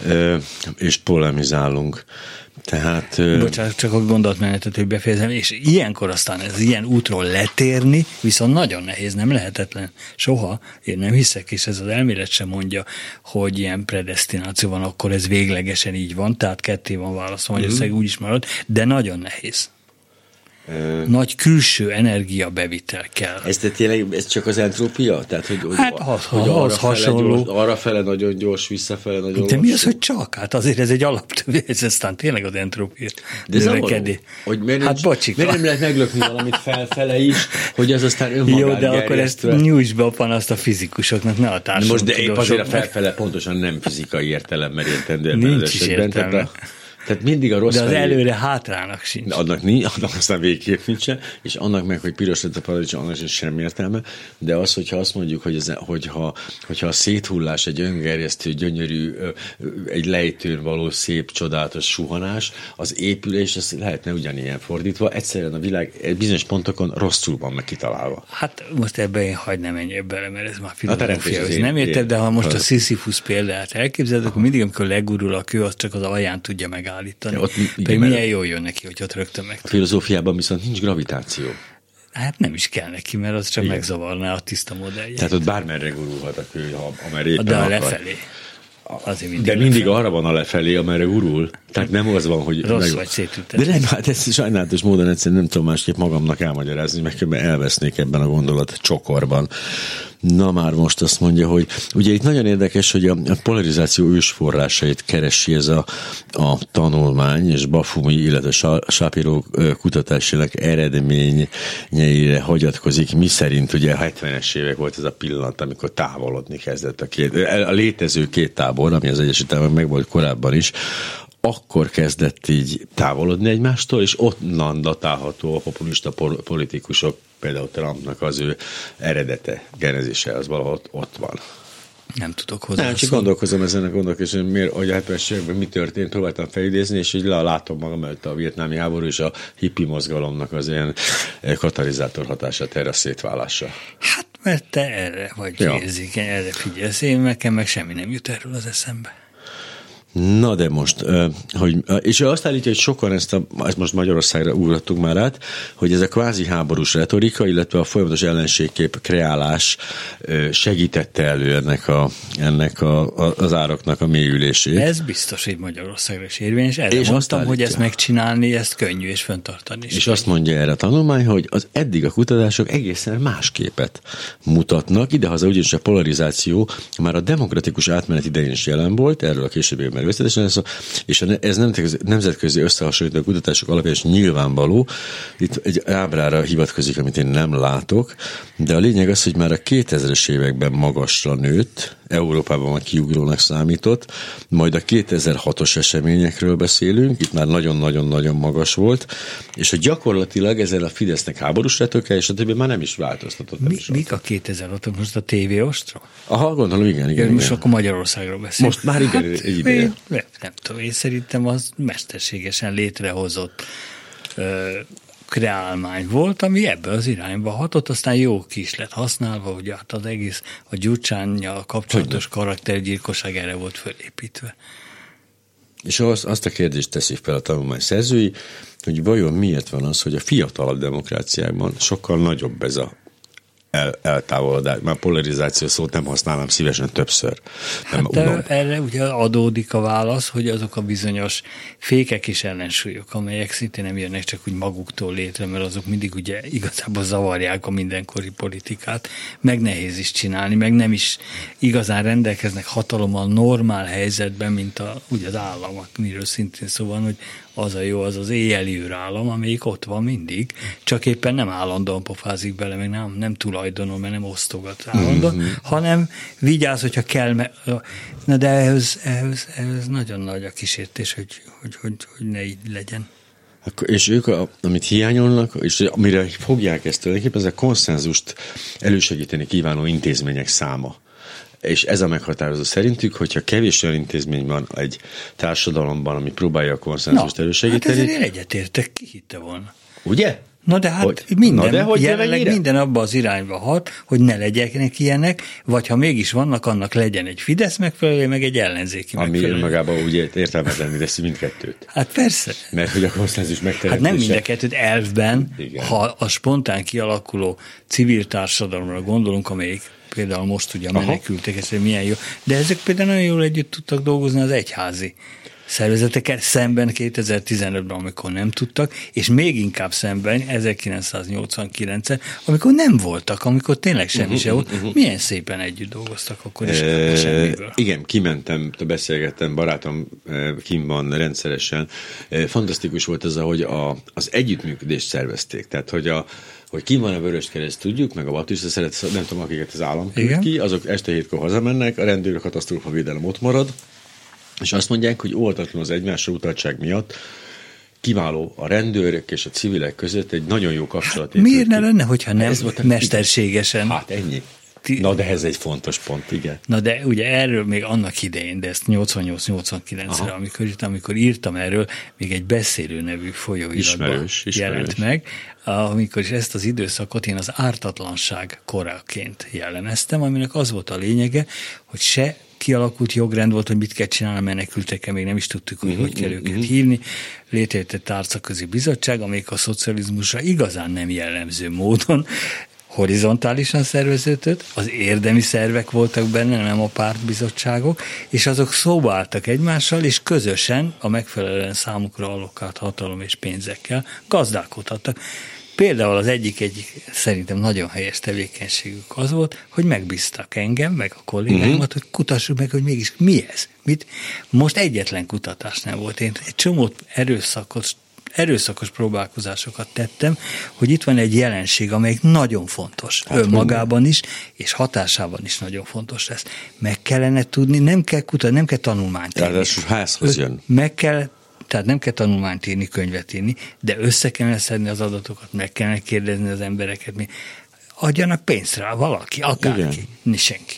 B: és polemizálunk. Tehát,
C: Bocsánat, csak a gondolatmenetet, hogy befejezem, és ilyenkor aztán ez ilyen útról letérni, viszont nagyon nehéz, nem lehetetlen. Soha, én nem hiszek, és ez az elmélet sem mondja, hogy ilyen predesztináció van, akkor ez véglegesen így van, tehát ketté van választva, Magyarország mm. úgy is marad, de nagyon nehéz. Nagy külső energiabevitel kell.
B: Ez, tényleg, ez csak az entrópia? Tehát, hogy,
C: hát
B: hogy,
C: az,
B: hogy
C: az hasonló.
B: Gyors, arra fele nagyon gyors, visszafele nagyon gyors.
C: De mi az, hogy csak? Hát azért ez egy alaptövő, ez aztán tényleg az entrópia.
B: De ez növekedés. Hogy miért,
C: hát bocsik,
B: miért nem lehet meglökni valamit felfele is, hogy az aztán önmagán
C: jó, de akkor ezt nyújts be a panaszt a fizikusoknak, ne a társadalom.
B: Most de épp azért a felfele pontosan nem fizikai értelemben értendő.
C: Nincs is értelme.
B: Tehát mindig a rossz
C: de az
B: felé,
C: előre hátrának sincs.
B: Annak, annak aztán végképp nincsen, és annak meg, hogy piros lett a paradicsom, annak sem semmi értelme, de az, hogyha azt mondjuk, hogy ez, hogyha, hogyha a széthullás egy öngerjesztő, gyönyörű, egy lejtőn való szép, csodálatos suhanás, az épülés, az lehetne ugyanilyen fordítva, egyszerűen a világ bizonyos pontokon rosszul van meg kitalálva.
C: Hát most ebben én hagyd ne menjek bele, mert ez már filozófia, ez nem érted, de ha most a Sisyphus példát elképzeled, akkor mindig, amikor legurul a kő, az csak az alján tudja megállítani. Ott, igen, milyen jól jön neki, hogy ott rögtön meg.
B: A filozófiában viszont nincs gravitáció. Hát
C: nem is kell neki, mert az csak igen. megzavarná a tiszta modelljét.
B: Tehát ott bármerre gurulhat a kő, amerre éppen
C: de a
B: akar.
C: lefelé. Azért mindig
B: de mindig
C: lefelé.
B: Arra van a lefelé, amerre gurul. Tehát nem az van, hogy...
C: Rossz
B: meg...
C: vagy szétütet.
B: De nem, hát ez sajnálatos módon egyszerűen nem tudom másképp magamnak elmagyarázni, meg elvesznék ebben a gondolat csokorban. Na már most azt mondja, hogy ugye itt nagyon érdekes, hogy a polarizáció ősforrásait keresi ez a, a tanulmány, és Bafumi, illetve Shapiro kutatásának eredményeire hagyatkozik, mi szerint ugye a hetvenes évek volt ez a pillanat, amikor távolodni kezdett a két, a létező két tábor, ami az Egyesült Államok meg volt korábban is, akkor kezdett így távolodni egymástól, és onnan datálható a populista politikusok, például Trumpnak az ő eredete, genezise, az valahol ott van.
C: Nem tudok hozzá.
B: Nem, csak gondolkozom ezen a gondolkozáson, miért, hogy a hetvenes években mi történt, próbáltam felidézni, és így látom magam előtt a vietnámi háború és a hippi mozgalomnak az ilyen katalizátor hatását erre a szétválásra.
C: Hát, mert te erre vagy ja. érzékeny, erre figyelsz, én nekem meg semmi nem jut erről az eszembe.
B: Na de most, hogy, és ő azt állítja, hogy sokan ezt, a, ezt most Magyarországra ugrottuk már át, hogy ez a kvázi háborús retorika, illetve a folyamatos ellenségkép kreálás segítette elő ennek, a, ennek a, az ároknak a mélyülését.
C: Ez biztos, hogy Magyarországra is érvényes. Erre és mondtam, állítja, hogy ezt megcsinálni, ezt könnyű és fenntartani.
B: És azt mondja erre a tanulmány, hogy az eddig a kutatások egészen más képet mutatnak. Idehaza ugyanis a polarizáció már a demokratikus átmenet idején is jelen volt, erről a későbbiekben és ez nemzetközi összehasonlító kutatások alapján is nyilvánvaló. Itt egy ábrára hivatkozik, amit én nem látok, de a lényeg az, hogy már a kétezres években magasra nőtt, Európában már kiugrónak számított, majd a kétezer-hatos eseményekről beszélünk, itt már nagyon-nagyon-nagyon magas volt, és hogy gyakorlatilag ezzel a Fidesznek háborús retorikája, és a többi már nem is változtatott.
C: Mi, mik a kétezer-hatos? Most a té vé Ostra?
B: Aha, gondolom, igen, igen.
C: Most
B: igen.
C: akkor Magyarországról beszélünk.
B: Most már igen, hát, egy ideje.
C: Nem, nem tudom, én szerintem az mesterségesen létrehozott ö, kreálmány volt, ami ebbe az irányba hatott, aztán jó ki is lett használva, hogy hát az egész a Gyurcsánnyal kapcsolatos karaktergyilkosság erre volt fölépítve.
B: És az, azt a kérdést teszik fel a tanulmány szerzői, hogy vajon miért van az, hogy a fiatalabb demokráciákban sokkal nagyobb ez a El, eltávolodás. Már polarizáció szót nem használom szívesen többször. Nem
C: hát erre ugye adódik a válasz, hogy azok a bizonyos fékek és ellensúlyok, amelyek szintén nem jönnek csak úgy maguktól létre, mert azok mindig ugye igazából zavarják a mindenkori politikát, meg nehéz is csinálni, meg nem is igazán rendelkeznek hatalommal normál helyzetben, mint a, ugye az állam, miről szintén szó van, hogy az a jó, az az éjjeli űrállam, amelyik ott van mindig, csak éppen nem állandóan pofázik bele, meg nem, nem tulajdonol, mert nem osztogat állandóan, mm-hmm. hanem vigyáz, hogyha kell, me- na de ehhez, ehhez, ehhez nagyon nagy a kísértés, hogy, hogy, hogy, hogy ne így legyen.
B: És ők, amit hiányolnak, és amire fogják ezt tulajdonképpen, ez a konszenzust elősegíteni kívánó intézmények száma. És ez a meghatározó szerintük, hogyha kevés olyan intézmény van egy társadalomban, ami próbálja a konszenzust elősegíteni.
C: Hát ezért én egyetértek, ki hitte volna.
B: Ugye?
C: Na de hát
B: hogy,
C: minden,
B: na de hogy
C: jelenleg minden abba az irányba hat, hogy ne legyenek ilyenek, vagy ha mégis vannak, annak legyen egy Fidesz megfelelő, meg egy ellenzéki
B: ami
C: megfelelő.
B: Ami önmagában ugye értelmetlenül teszi mindkettőt.
C: Hát persze.
B: Mert hogy a konszenzus megteremtése.
C: Hát nem mind a kettőt elvben, igen. Ha a spontán kialakuló civil társadalomra gondolunk, amelyik például most ugye a menekültek, ez milyen jó. De ezek például nagyon jól együtt tudtak dolgozni az egyházi szervezetekkel szemben kétezer-tizenötben, amikor nem tudtak, és még inkább szemben ezerkilencszáznyolcvankilencben, amikor nem voltak, amikor tényleg semmi uh-huh, se volt. Uh-huh. Milyen szépen együtt dolgoztak akkor is e, semmiből.
B: Igen, kimentem, beszélgettem, barátom kim van rendszeresen. Fantasztikus volt ez, ahogy a, az együttműködést szervezték. Tehát, hogy a hogy ki van a Vöröskereszt, tudjuk, meg a baptista szeret, nem tudom, akiket az állam küld ki, azok este hétkor hazamennek, a rendőr katasztrófavédelem ott marad, és azt mondják, hogy óvatatlan az egymásra utaltság miatt kiváló a rendőrök és a civilek között egy nagyon jó kapcsolat.
C: Hát, miért ne lenne, hogyha nem mesterségesen?
B: Hát ennyi. Na, de ez egy fontos pont, igen.
C: Na, de ugye erről még annak idején, de ezt nyolcvannyolc-nyolcvankilencre, amikor, amikor írtam erről, még egy Beszélő nevű folyóiratban ismerős, ismerős. jelent meg, amikor is ezt az időszakot én az ártatlanság koraként jellemeztem, aminek az volt a lényege, hogy se kialakult jogrend volt, hogy mit kell csinálni a menekültekkel, még nem is tudtuk, hogy uh-huh, hogy kell uh-huh. őket hívni. Létrejött egy tárcaközi bizottság, amelyik a szocializmusra igazán nem jellemző módon horizontálisan szerveződött, az érdemi szervek voltak benne, nem a pártbizottságok, és azok szóba álltak egymással, és közösen a megfelelően számukra allokált hatalom és pénzekkel gazdálkodhattak. Például az egyik, egyik szerintem nagyon helyes tevékenységük az volt, hogy megbíztak engem, meg a kollégáimat, uh-huh. hogy kutassuk meg, hogy mégis mi ez. Mit? Most egyetlen kutatás nem volt. Én egy csomó erőszakos, erőszakos próbálkozásokat tettem, hogy itt van egy jelenség, amelyik nagyon fontos. Hát önmagában is, és hatásában is nagyon fontos lesz. Meg kellene tudni, nem kell kutatni, nem kell tanulmányt írni.
B: Tehát házhoz jön.
C: Meg kell Tehát nem kell tanulmányt írni, könyvet írni, de össze kellene szedni az adatokat, meg kellene kérdezni az embereket, mi adjanak pénzt rá valaki, akárki, ni senki.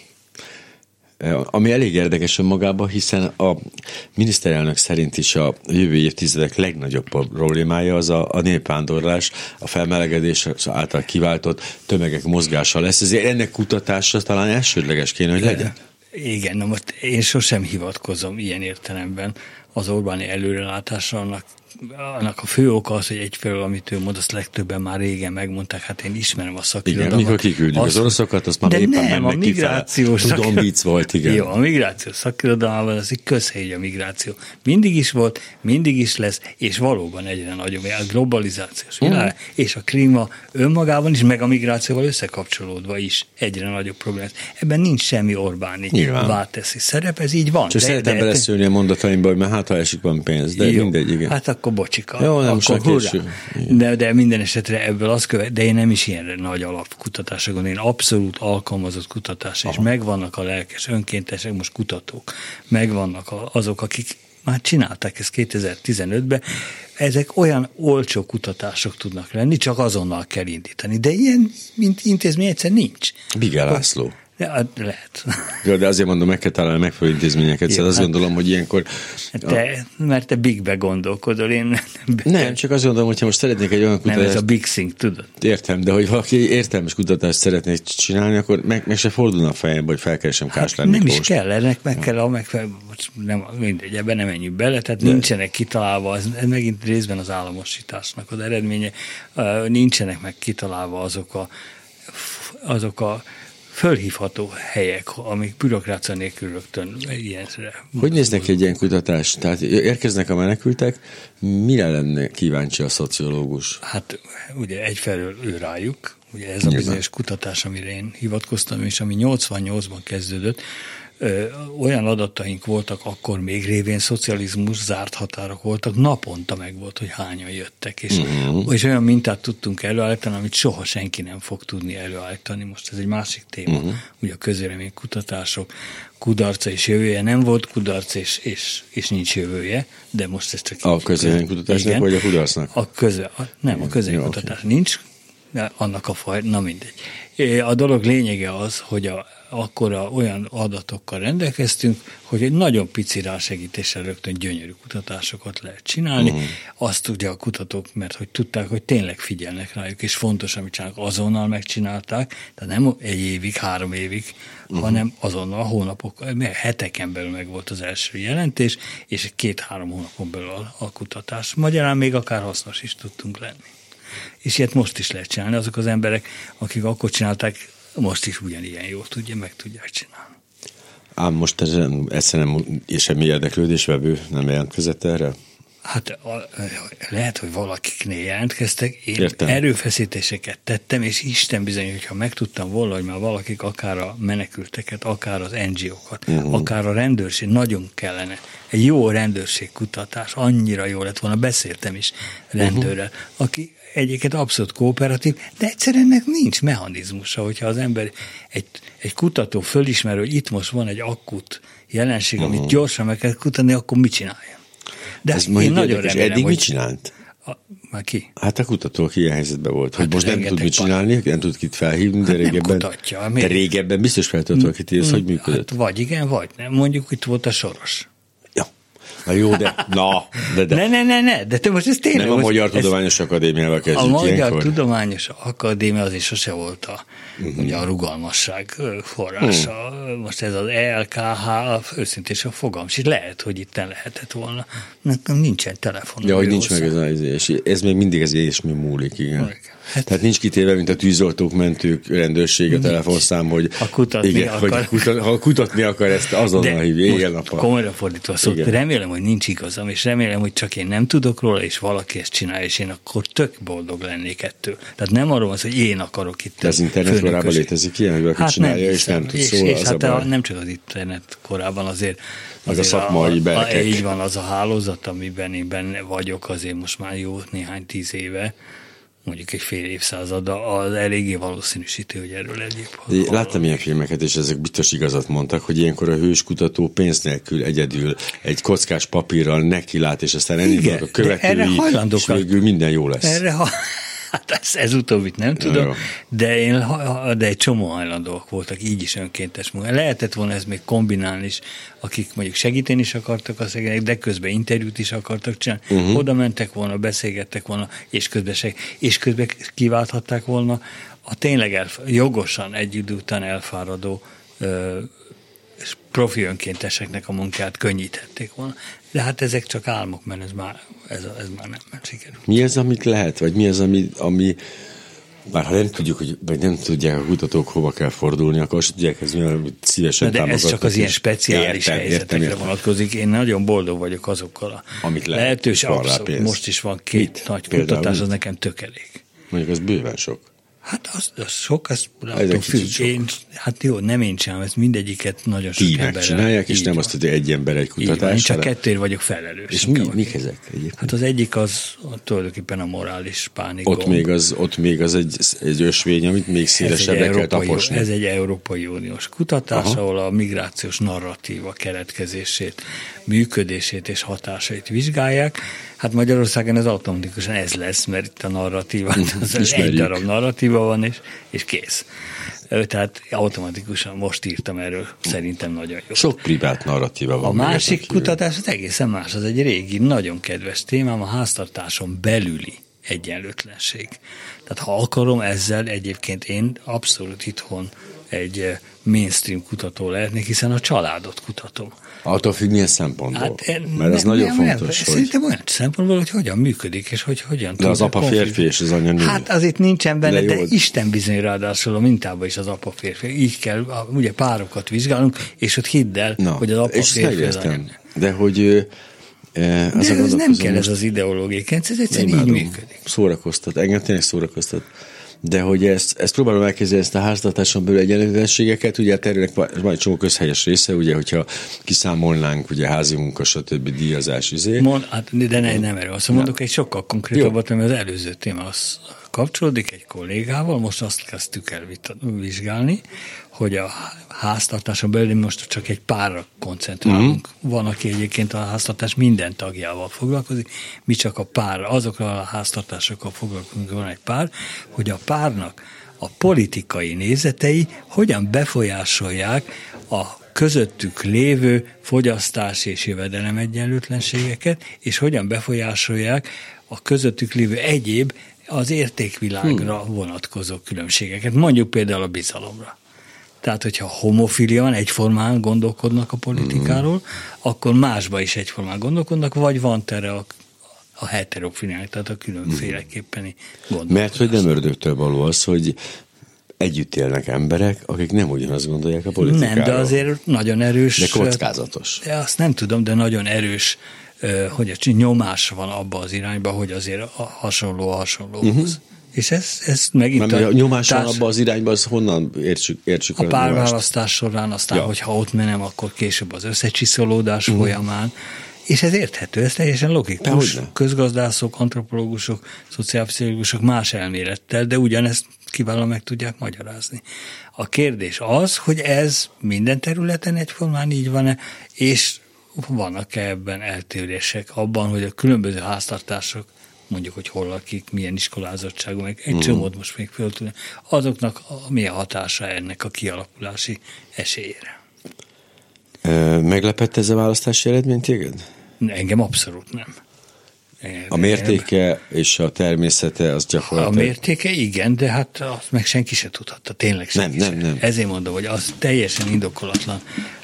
B: Ami elég érdekes önmagában, hiszen a miniszterelnök szerint is a jövő évtizedek legnagyobb problémája az a, a népvándorlás, a felmelegedés az által kiváltott tömegek mozgása lesz. Ezért ennek kutatása talán elsődleges kéne, hogy legyen.
C: Igen, na most én sosem hivatkozom ilyen értelemben az Orbáni előrelátásra, annak, annak a fő oka az, hogy egyfelől, amit ő mond, azt legtöbben már régen megmondták, hát én ismerem a szakirodalmat.
B: Igen, mikor kiküldjük az, az oroszokat, azt már éppen
C: nem, mennek ki fel.
B: Tudom, vicc volt, igen.
C: Jó, a migrációs szakirodalmában az egy közhegy a migráció. Mindig is volt, mindig is lesz, és valóban egyre nagyobb. A globalizációs világ, mm. és a klíma önmagában is, meg a migrációval összekapcsolódva is egyre nagyobb probléma. Ebben nincs semmi Orbáni válteszi szerep, ez így van.
B: Csak de, szeretem de, beleszülni a mondataimba, hogy mert hát ha esik van pénz, de jó, mindegy, igen.
C: Hát akkor bocsika.
B: Jó, nem
C: akkor de, de minden esetre ebből az követ, de én nem is ilyen nagy alapkutatásra gondolom, én abszolút alkalmazott kutatásra, és megvannak a lelkes önkéntesek, most kutatók, megvannak azok, akik már csinálták ezt kétezer-tizenötben, ezek olyan olcsó kutatások tudnak lenni, csak azonnal kell indítani. De ilyen mint intézmény egyszer nincs.
B: Bigel László.
C: Ja, lehet.
B: Ja, de azért mondom, meg kell találni megfelelő intézményeket, szóval azt hát, gondolom, hogy ilyenkor...
C: Te, a... Mert te bigbe gondolkodol, én...
B: Nem, csak azt gondolom, hogyha most szeretnék egy olyan kutatást...
C: Nem, ez a big thing, tudod?
B: Értem, de hogy valaki értelmes kutatást szeretnék csinálni, akkor meg, meg se fordulna a fejembe, hogy felkeresem hát Kásler
C: nem is kell, ennek meg kell a megfelelő... Nem, mindegy, ebben nem menjünk bele, tehát de... nincsenek kitalálva, ez megint részben az államosításnak az eredménye, nincsenek meg kitalálva azok a azok a fölhívható helyek, amik bürokrácia nélkül rögtön ilyenre.
B: Hogy néznek egy ilyen kutatás? Tehát érkeznek a menekültek, mire lenne kíváncsi a szociológus?
C: Hát ugye egyfelől ő rájuk, ugye ez a bizonyos kutatás, amire én hivatkoztam, és ami nyolcvannyolcban kezdődött, Ö, olyan adataink voltak akkor még révén szocializmus, zárt határok voltak, naponta meg volt, hogy hányan jöttek, és, uh-huh. és olyan mintát tudtunk előállítani, amit soha senki nem fog tudni előállítani. Most ez egy másik téma, uh-huh. ugye a közvélemény kutatások kudarca és jövője, nem volt kudarc és, és, és nincs jövője, de most ez csak...
B: A közvélemény kutatásnak vagy a kudarcnak?
C: A köze, a, nem, a közvélemény kutatás okay. nincs, de annak a faj, na mindegy. A dolog lényege az, hogy a akkora olyan adatokkal rendelkeztünk, hogy egy nagyon pici rásegítéssel rögtön gyönyörű kutatásokat lehet csinálni. Uh-huh. Azt tudja a kutatók, mert hogy tudták, hogy tényleg figyelnek rájuk, és fontos, amit csinálnak, azonnal megcsinálták, tehát nem egy évig, három évig, uh-huh. hanem azonnal hónapok, heteken belül meg volt az első jelentés, és két-három hónapon belül a, a kutatás. Magyarán még akár hasznos is tudtunk lenni. És ilyet most is lehet csinálni. Azok az emberek, akik akkor csinálták, most is ugyanilyen jól tudja, meg tudják csinálni.
B: Ám most egyszerűen semmi érdeklődésvevő nem jelentkezett erre?
C: Hát a, lehet, hogy valakiknél jelentkeztek, én
B: Értem.
C: erőfeszítéseket tettem, és Isten bizony, hogyha megtudtam volna, hogy már valakik akár a menekülteket, akár az en gé ó-kat, uh-huh. akár a rendőrség, nagyon kellene. Egy jó rendőrségkutatás, annyira jó lett volna, beszéltem is rendőrrel, uh-huh. aki egyébként abszolút kooperatív, de egyszerűen ennek nincs mechanizmusa, hogyha az ember, egy, egy kutató fölismer, hogy itt most van egy akut jelenség, uh-huh. amit gyorsan meg kell kutatni, akkor mit csinálja? De
B: ez
C: én nagyon remélem,
B: eddig
C: hogy...
B: mit csinált?
C: A, már ki?
B: Hát a kutató, aki ilyen helyzetben volt. Hát hogy most nem tud mit
C: pár.
B: csinálni, nem tud kit felhívni, de
C: hát
B: régebben...
C: Nem kutatja.
B: De régebben biztos fel tudod, akit ez hogy működött.
C: Hát vagy igen, vagy nem. Mondjuk itt volt a Soros.
B: Ja. Na jó, de... Na, de, de.
C: Ne, ne, ne, ne, de te most ez tényleg...
B: Nem a Magyar Tudományos Akadémiával kezdjük
C: A Magyar
B: ilyenkor.
C: Tudományos Akadémia az is sose volt a, uh-huh. ugye a rugalmasság forrása. Uh-huh. Most ez az e el ká há, őszintén a fogalm, és lehet, hogy itt lehetett volna. Nekem nincsen telefon.
B: Ja, hogy nincs meg ez az, és ez még mindig ez ilyesmi múlik, igen. Hát, tehát nincs kitéve, mint a tűzoltók, mentők, rendőrség, a telefonszám, hogy
C: ha kutatni
B: igen,
C: akar.
B: Hogy kutat, ha kutatni akar, ezt azonnal hívja, éjjel-nappal.
C: Komolyra fordítva, szóval remélem, hogy nincs igazam, és remélem, hogy csak én nem tudok róla, és valaki ezt csinálja, és én akkor tök boldog lennék ettől. Tehát nem arról van, hogy én akarok itt.
B: De az internet korában létezik ilyen, hogy valaki
C: hát
B: csinálja,
C: nem
B: és nem tud
C: és,
B: szólni.
C: És hát a, nem csak az internet korában azért,
B: az a szakmai berkek.
C: Így van, az a hálózat, amiben én benne vagyok, azért most már jó néhány tíz éve, mondjuk egy fél évszázad, az eléggé valószínűsítő, hogy erről egyéb.
B: Láttam ilyen filmeket, és ezek biztos igazat mondtak, hogy ilyenkor a hőskutató pénz nélkül egyedül egy kockás papírral neki lát, és aztán elindulnak a követői, és végül minden jó lesz.
C: Erre ha... Hát ez, ez utóbbit nem tudom, de, én, de egy csomó hajlandóak voltak, így is önkéntes munka. Lehetett volna ez még kombinálni is, akik mondjuk segíteni is akartak a szegények, de közben interjút is akartak csinálni. Uh-huh. Oda mentek volna, beszélgettek volna, és közben, seg- és közben kiválthatták volna a tényleg elf- jogosan egy idő után elfáradó ö, profi önkénteseknek a munkát könnyíthették volna. De hát ezek csak álmok, mert ez már, ez, ez már nem ment sikerül.
B: Mi az, amit lehet? Vagy mi az, ami, ami bár ha nem tudjuk, hogy, vagy nem tudják a kutatók hova kell fordulni, akkor azt tudják, ez mi, amit szívesen
C: de
B: támogatnak.
C: ez csak az ilyen speciális
B: értem,
C: helyzetekre
B: értem, értem.
C: vonatkozik. Én nagyon boldog vagyok azokkal a
B: amit lehet,
C: lehetőség. Most is van két Mit? nagy Például kutatás, az nekem tök elég.
B: Mondjuk az bőven sok.
C: Hát az, az sok, az látom, függ. Én, hát jó, nem én csinálom, ezt mindegyiket nagyon sok
B: emberrel. Tímek csinálják, és nem van. Azt, hogy egy ember egy kutatás.
C: Én csak kettőért vagyok felelős.
B: És mi, mik ezek egyébként?
C: Hát az egyik az tulajdonképpen a morális pánik.
B: Ott még az, ott még az egy, egy ösvény, amit még szélesebbre kell taposni.
C: Ez egy Európai Uniós kutatás, aha, ahol a migrációs narratíva keletkezését, működését és hatásait vizsgálják. Hát Magyarországon ez automatikusan ez lesz, mert itt a narratíva, az egy darab narratíva van, és, és kész. Tehát automatikusan most írtam erről, szerintem nagyon jó.
B: Sok privát narratíva van.
C: A másik kutatás az egészen más, az egy régi, nagyon kedves témám, a háztartáson belüli egyenlőtlenség. Tehát ha akarom, ezzel egyébként én abszolút itthon egy mainstream kutató lehetnék, hiszen a családot kutatom.
B: Attól függ, milyen szempontból? Hát, Mert nem, az
C: nem,
B: nagyon
C: nem,
B: fontos,
C: nem,
B: hogy...
C: Szerintem olyan szempontból, hogy hogyan működik, és hogy hogyan...
B: De az apa konflikt... férfi és az anya nő.
C: Hát az itt nincsen benne, de, de Isten bizony ráadásul a mintában is az apa férfi. Így kell, ugye párokat vizsgálunk, és ott hidd el, Na, hogy az apa férfi az anya.
B: De hogy... Eh,
C: de ez nem kell ez az ideológiai kenc, ez egyszerűen így működik.
B: Szórakoztat, engem tényleg szórakoztat. De hogy ezt, ezt próbálom elképzelni, ezt a háztartáson belül egyenlőtlenségeket, ugye erőnek van egy csomó közhelyes része, ugye, hogyha kiszámolnánk, ugye házi munka, stb. Díjazás izé.
C: Mond, hát, de ne, nem erről. Azt mondok egy sokkal konkrétabbat, ami az előző témához kapcsolódik egy kollégával, most azt kezdtük el vizsgálni, hogy a háztartáson belül most csak egy párra koncentrálunk. Mm. Van, aki egyébként a háztartás minden tagjával foglalkozik, mi csak a pár, azokra a háztartásokkal foglalkozunk, van egy pár, hogy a párnak a politikai nézetei hogyan befolyásolják a közöttük lévő fogyasztás és jövedelem egyenlőtlenségeket, és hogyan befolyásolják a közöttük lévő egyéb az értékvilágra hmm. vonatkozó különbségeket. Mondjuk például a bizalomra. Tehát, hogyha homofilia van, egyformán gondolkodnak a politikáról, hmm. akkor másba is egyformán gondolkodnak, vagy van tere a, a heterofiliák, tehát a különféleképpeni gondolkodás.
B: Mert hogy nem ördögtől való az, hogy együtt élnek emberek, akik nem ugyanazt gondolják a politikáról.
C: Nem, de azért nagyon erős.
B: De kockázatos.
C: De azt nem tudom, de nagyon erős, hogy a nyomás van abba az irányba, hogy azért a hasonló a hasonlóhoz. Uh-huh. És ez, ez megint
B: a, a nyomás
C: társ...
B: van abba az irányba, az honnan értsük, értsük
C: a, a párválasztás során, aztán, ja. hogyha ott menem, akkor később az összecsiszolódás uh-huh. folyamán. És ez érthető, ez teljesen logikus. Közgazdászok, antropológusok, szociálpszichológusok más elmélettel, de ugyanezt kiválóan meg tudják magyarázni. A kérdés az, hogy ez minden területen egyformán így van-e, és vannak-e ebben eltérések abban, hogy a különböző háztartások, mondjuk, hogy hol lakik, milyen iskolázottságú, meg egy mm. csomót most még föl tudni, azoknak milyen hatása ennek a kialakulási esélyére.
B: Meglepett ez a választási eredmény téged?
C: Engem abszolút nem.
B: A mértéke és a természete az gyakorlatilag...
C: A mértéke igen, de hát azt meg senki se tudhatta, tényleg senki
B: nem, nem, nem.
C: Ezért mondom, hogy az teljesen indokolatlan.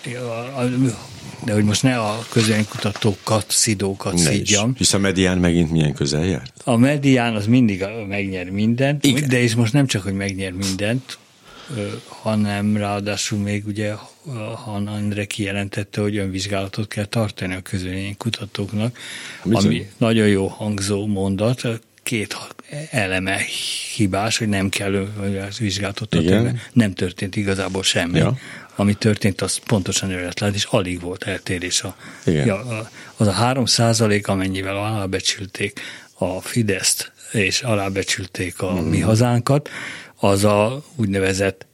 C: De hogy most ne a közvéleménykutatókat, szidókat ne szidjam.
B: Is. Hisz a medián megint milyen közel járt?
C: A medián az mindig megnyer mindent,
B: igen.
C: De és most nem csak, hogy megnyer mindent, hanem ráadásul még ugye Hanna Endre kijelentette, hogy önvizsgálatot kell tartani a közvéleménykutatóknak, ami nagyon jó hangzó mondat, két eleme hibás, hogy nem kell önvizsgálatot tartani, mert nem történt igazából semmi. Ja. Ami történt, az pontosan övetlen, és alig volt eltérés. A, ja, az a három százalék, amennyivel alábecsülték a Fideszt, és alábecsülték a mm. mi hazánkat, az a úgynevezett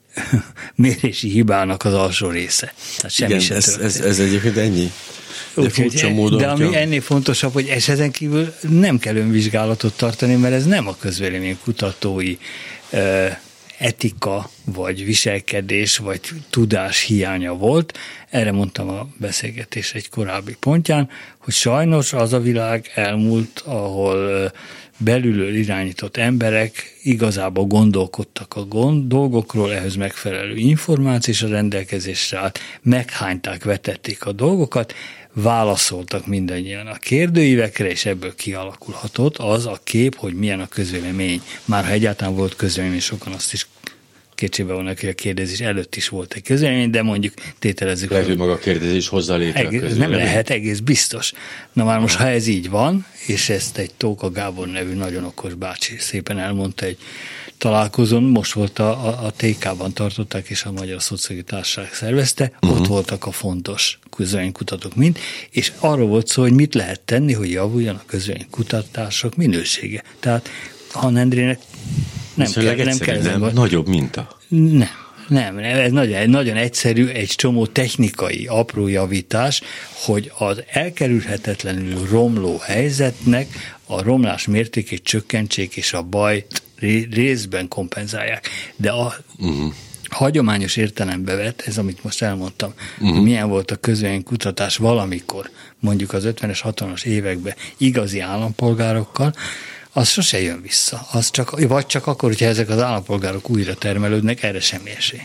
C: mérési hibának az alsó része. Tehát semmi
B: igen,
C: se
B: ez, ez, ez egyébként ennyi. De,
C: Úgy, módon, de ami ennél fontosabb, hogy ezen kívül nem kell önvizsgálatot tartani, mert ez nem a közvéleménykutatói uh, etika, vagy viselkedés, vagy tudás hiánya volt. Erre mondtam a beszélgetés egy korábbi pontján, hogy sajnos az a világ elmúlt, ahol belülről irányított emberek igazából gondolkodtak a gond, dolgokról, ehhez megfelelő információ és a rendelkezésre állt, meghányták, vetették a dolgokat, válaszoltak mindannyian a kérdőívekre, és ebből kialakulhatott az a kép, hogy milyen a közvélemény. Már ha egyáltalán volt közvélemény, sokan azt is kétségbe vannak, hogy a kérdezés előtt is volt egy közvélemény, de mondjuk tételezzük.
B: Lehet, hogy maga a kérdezés hozzá létre
C: egész, a közvélemény. Nem lehet, egész biztos. Na már most, ha ez így van, és ezt egy Tóka Gábor nevű nagyon okos bácsi szépen elmondta egy találkozón, most volt a, a, a té ká-ban tartották, és a Magyar Szociológiai Társaság szervezte, uh-huh. ott voltak a fontos közvéleménykutatók mind, és arról volt szó, hogy mit lehet tenni, hogy javuljon a közvéleménykutatások minősége. Tehát Hanna Endrének nem kell, nem kell
B: nem, nagyobb minta.
C: Nem, nem, ez nagyon, nagyon egyszerű, egy csomó technikai apró javítás, hogy az elkerülhetetlenül romló helyzetnek a romlás mértékét csökkentsék, és a bajt részben kompenzálják. De a uh-huh. hagyományos értelembe vett, ez amit most elmondtam, uh-huh. milyen volt a közvéleménykutatás valamikor, mondjuk az ötvenes, hatvanas években igazi állampolgárokkal, az sose jön vissza. Az csak, vagy csak akkor, hogyha ezek az állampolgárok újra termelődnek, erre semmi esély.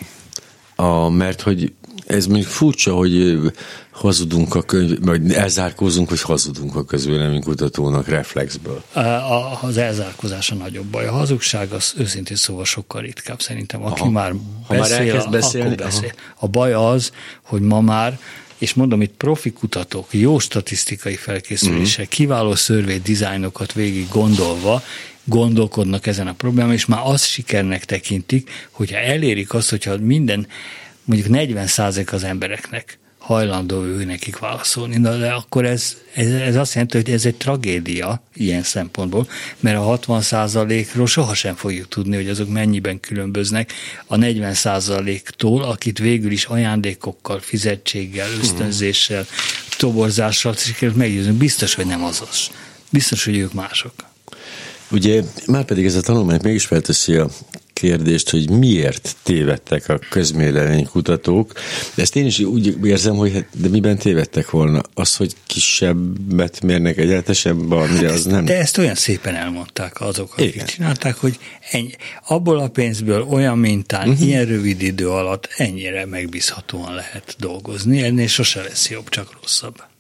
B: A, mert hogy ez még furcsa, hogy hazudunk a könyv, vagy elzárkózunk, hogy hazudunk a közvéleménykutatónak reflexből.
C: A, az elzárkózása nagyobb baj. A hazugság az őszintén szóval sokkal ritkább szerintem. Aki aha. már beszél, már beszélni, akkor beszél. Aha. A baj az, hogy ma már, és mondom, itt profi kutatók, jó statisztikai felkészüléssel, mm. kiváló survey dizájnokat végig gondolva, gondolkodnak ezen a problémán, és már azt sikernek tekintik, hogyha elérik azt, hogyha minden, mondjuk negyven százalék az embereknek hajlandó ő nekik válaszolni, de akkor ez, ez, ez azt jelenti, hogy ez egy tragédia ilyen szempontból, mert a hatvan százalékról sohasem fogjuk tudni, hogy azok mennyiben különböznek a negyven százaléktól, akit végül is ajándékokkal, fizetséggel, ösztönzéssel, toborzással sikerült meggyőzni. Biztos, hogy nem azaz. Biztos, hogy ők mások. Ugye,
B: már pedig ez a tanulmány mégis felteszi a kérdést, hogy miért tévedtek a közvéleménykutatók. De ezt én is úgy érzem, hogy de miben tévedtek volna? Az, hogy kisebbet mérnek egyáltalán, amire hát az nem...
C: De ezt olyan szépen elmondták azok, akik igen. csinálták, hogy ennyi, abból a pénzből olyan mintán, uh-huh. ilyen rövid idő alatt ennyire megbízhatóan lehet dolgozni, ennél sose lesz jobb, csak rosszabb.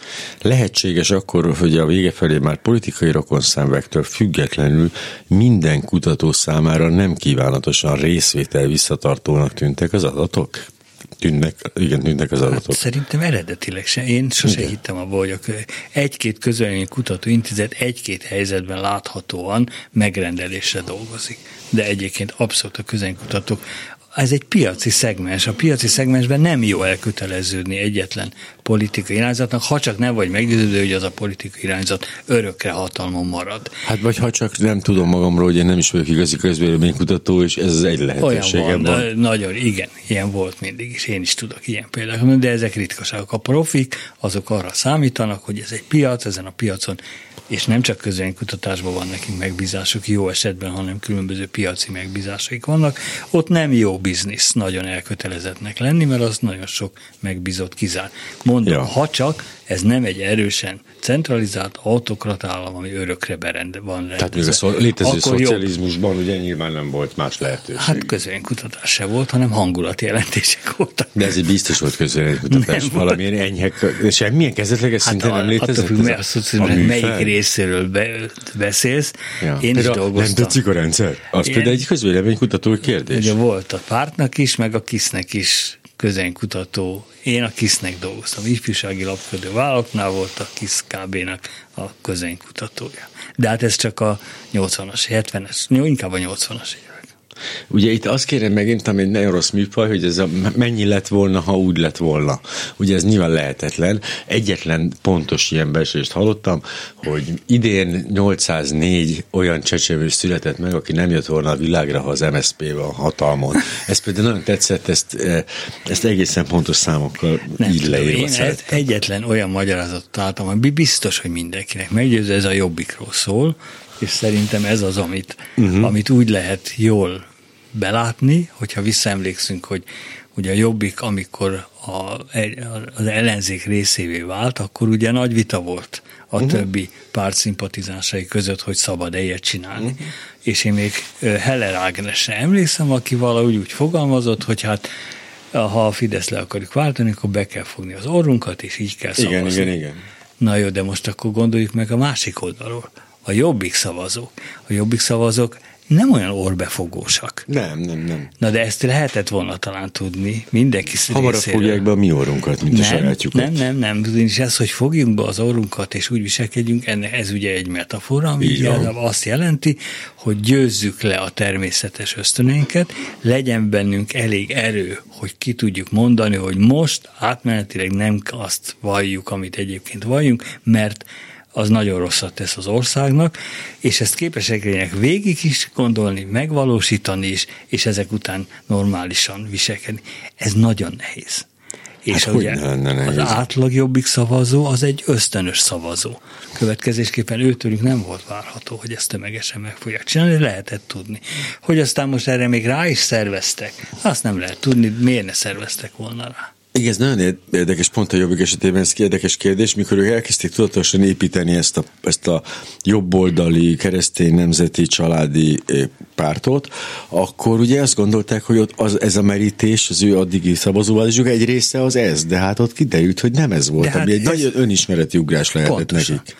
B: Lehetséges akkor, hogy a vége felé már politikai rokonszámvektől függetlenül minden kutató számára nem kívánatosan részvétel visszatartónak tűntek az adatok? Tűnnek, igen, tűnnek az adatok.
C: Hát szerintem eredetileg sem. Én sose igen. hittem abba, hogy egy-két közvélemény kutatóintézet egy-két helyzetben láthatóan megrendelésre dolgozik. De egyébként abszolút a közvéleménykutatók. Ez egy piaci szegmens. A piaci szegmensben nem jó elköteleződni egyetlen politikai irányzatnak, ha csak nem vagy meggyőződő, hogy az a politikai irányzat örökre hatalmon marad.
B: Hát vagy ha csak nem tudom magamról, hogy én nem is vagyok igazi közvéleménykutató, és ez az egy lehetőségem van.
C: van. Nagyon, igen, ilyen volt mindig is. Én is tudok ilyen például, de ezek ritkaságok. A profik, azok arra számítanak, hogy ez egy piac, ezen a piacon és nem csak közvéleménykutatásban van nekünk megbízások jó esetben, hanem különböző piaci megbízásaik vannak. Ott nem jó biznisz nagyon elkötelezettnek lenni, mert az nagyon sok megbízott kizár. Mondom, ja. ha csak ez nem egy erősen centralizált autokrat állam, ami örökre berende van rendezve.
B: Tehát ez a létező szocializmusban jobb. Ugye nyilván nem volt más lehetőség.
C: Hát közvéleménykutatás se volt, hanem hangulatjelentések voltak.
B: De ez egy biztos volt közvéleménykutatás. Valamilyen enyhek, semmilyen kezdetleges hát szinten a, nem létezett?
C: Attól, ez a, a melyik részéről be, beszélsz. Ja. Én például is dolgoztam.
B: Nem tetszik a rendszer? Az Én, például egy közvéleménykutatói kérdés.
C: Ugye volt a pártnak is, meg a kisznek is közvéleménykutató. Én a kisznek dolgoztam. Ifjúsági lapködő vállalatnál volt a KISZ ká bé-nek a közvéleménykutatója. De hát ez csak a nyolcvanas, hetvenes, inkább a nyolcvanas évek.
B: Ugye itt azt kérem megint, ami egy nagyon rossz műfaj, hogy ez a mennyi lett volna, ha úgy lett volna. Ugye ez nyilván lehetetlen. Egyetlen pontos ilyen becslést hallottam, hogy idén nyolcszáznégy olyan csecsemő született meg, aki nem jött volna a világra, ha az em es zé pé van hatalmon. Ez például nagyon tetszett, ezt, ezt egészen pontos számokkal nem így leírva
C: én szerettem. Egyetlen olyan magyarázatot találtam, ami biztos, hogy mindenkinek meggyőző, ez a Jobbikról szól, és szerintem ez az, amit, uh-huh. amit úgy lehet jól belátni, hogyha visszaemlékszünk, hogy ugye a Jobbik, amikor a, az ellenzék részévé vált, akkor ugye nagy vita volt a uh-huh. többi párt szimpatizánsai között, hogy szabad-e ilyet csinálni. Uh-huh. És én még Heller Ágnesre emlékszem, aki valahogy úgy fogalmazott, hogy hát ha a Fidesz le akarjuk váltani, akkor be kell fogni az orrunkat, és így kell szavazni.
B: Igen, igen, igen.
C: Na jó, de most akkor gondoljuk meg a másik oldalról. A Jobbik szavazók. A Jobbik szavazók nem olyan orrbefogósak.
B: Nem, nem, nem.
C: Na de ezt lehetett volna talán tudni mindenki részéről.
B: Hamarabb fogják be a mi orrunkat, mint nem, a sajátjukat.
C: Nem, nem, nem. És ez, hogy fogjunk be az orrunkat, és úgy viselkedjünk, ennek ez ugye egy metafora, ami azt jelenti, hogy győzzük le a természetes ösztöneinket, legyen bennünk elég erő, hogy ki tudjuk mondani, hogy most átmenetileg nem azt valljuk, amit egyébként valljunk, mert az nagyon rosszat tesz az országnak, és ezt képesek legyenek végig is gondolni, megvalósítani is, és ezek után normálisan viselkedni. Ez nagyon nehéz. És
B: hát
C: ugye az átlag Jobbik szavazó az egy ösztönös szavazó. Következésképpen őtőlük nem volt várható, hogy ezt tömegesen meg fogják csinálni, lehetett tudni. Hogy aztán most erre még rá is szerveztek, azt nem lehet tudni, miért ne szerveztek volna rá.
B: Igen, ez nagyon érdekes, pont a Jobbik esetében ez érdekes kérdés, mikor ők elkezdték tudatosan építeni ezt a, ezt a jobboldali, keresztény, nemzeti, családi pártot, akkor ugye azt gondolták, hogy ott az, ez a merítés, az ő addigi szavazóváltásuk egy része az ez, de hát ott kiderült, hogy nem ez volt, hát ami egy ez nagyon önismereti ugrás lehetett pontosan nekik.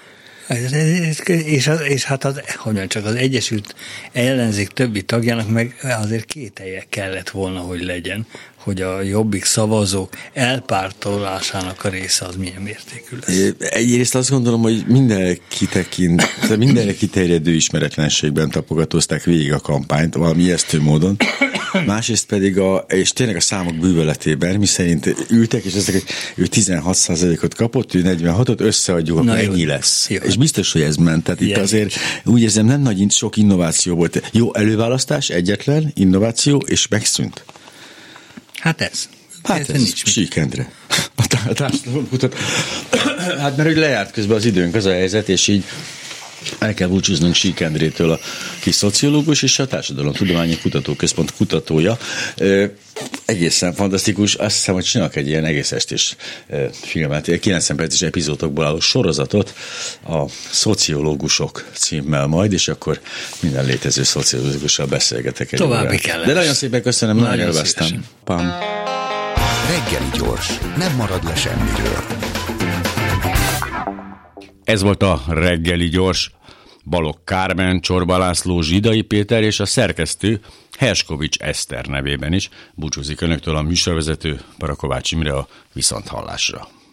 C: És, az, és hát az, hogyan csak az Egyesült Ellenzék többi tagjának meg azért kételje kellett volna, hogy legyen, hogy a Jobbik szavazók elpártolásának a része az milyen mértékű lesz.
B: Egyrészt azt gondolom, hogy mindenre kitekint, mindenre kiterjedő ismeretlenségben tapogatózták végig a kampányt, valami ijesztő módon. Másrészt pedig, a, és tényleg a számok bűvöletében, mi szerint ültek, és ezek, hogy ő tizenhat százalékot kapott, ő negyvenhatot, összeadjuk, akkor ennyi lesz. Jó. És biztos, hogy ez ment. Tehát igen. Itt azért úgy érzem, nem nagy, sok innováció volt. Jó előválasztás, egyetlen innováció, és megszűnt.
C: Hát ez.
B: Hát ez, ez nincs síkendre. A társadalomkutat. Hát mert hogy lejárt közben az időnk, az a helyzet, és így el kell búcsúznunk Síkendrétől, a kis szociológus és a Társadalomtudományi Kutatóközpont kutatója. E, egészen fantasztikus. Azt hiszem, hogy csinálok egy ilyen egész estés e, filmet, kilencven perces epizódokból álló sorozatot a Szociológusok címmel majd, és akkor minden létező szociológussal beszélgetek egy
C: további kellene.
B: De nagyon szépen köszönöm, nagyon, nagyon élveztem. Pam.
A: Reggeli gyors, nem marad le semmiről.
B: Ez volt a reggeli gyors. Balogh Kármen, Csorba László, Zsidai Péter és a szerkesztő Herskovics Eszter nevében is búcsúzik önöktől a műsorvezető Parakovács Imre a viszonthallásra.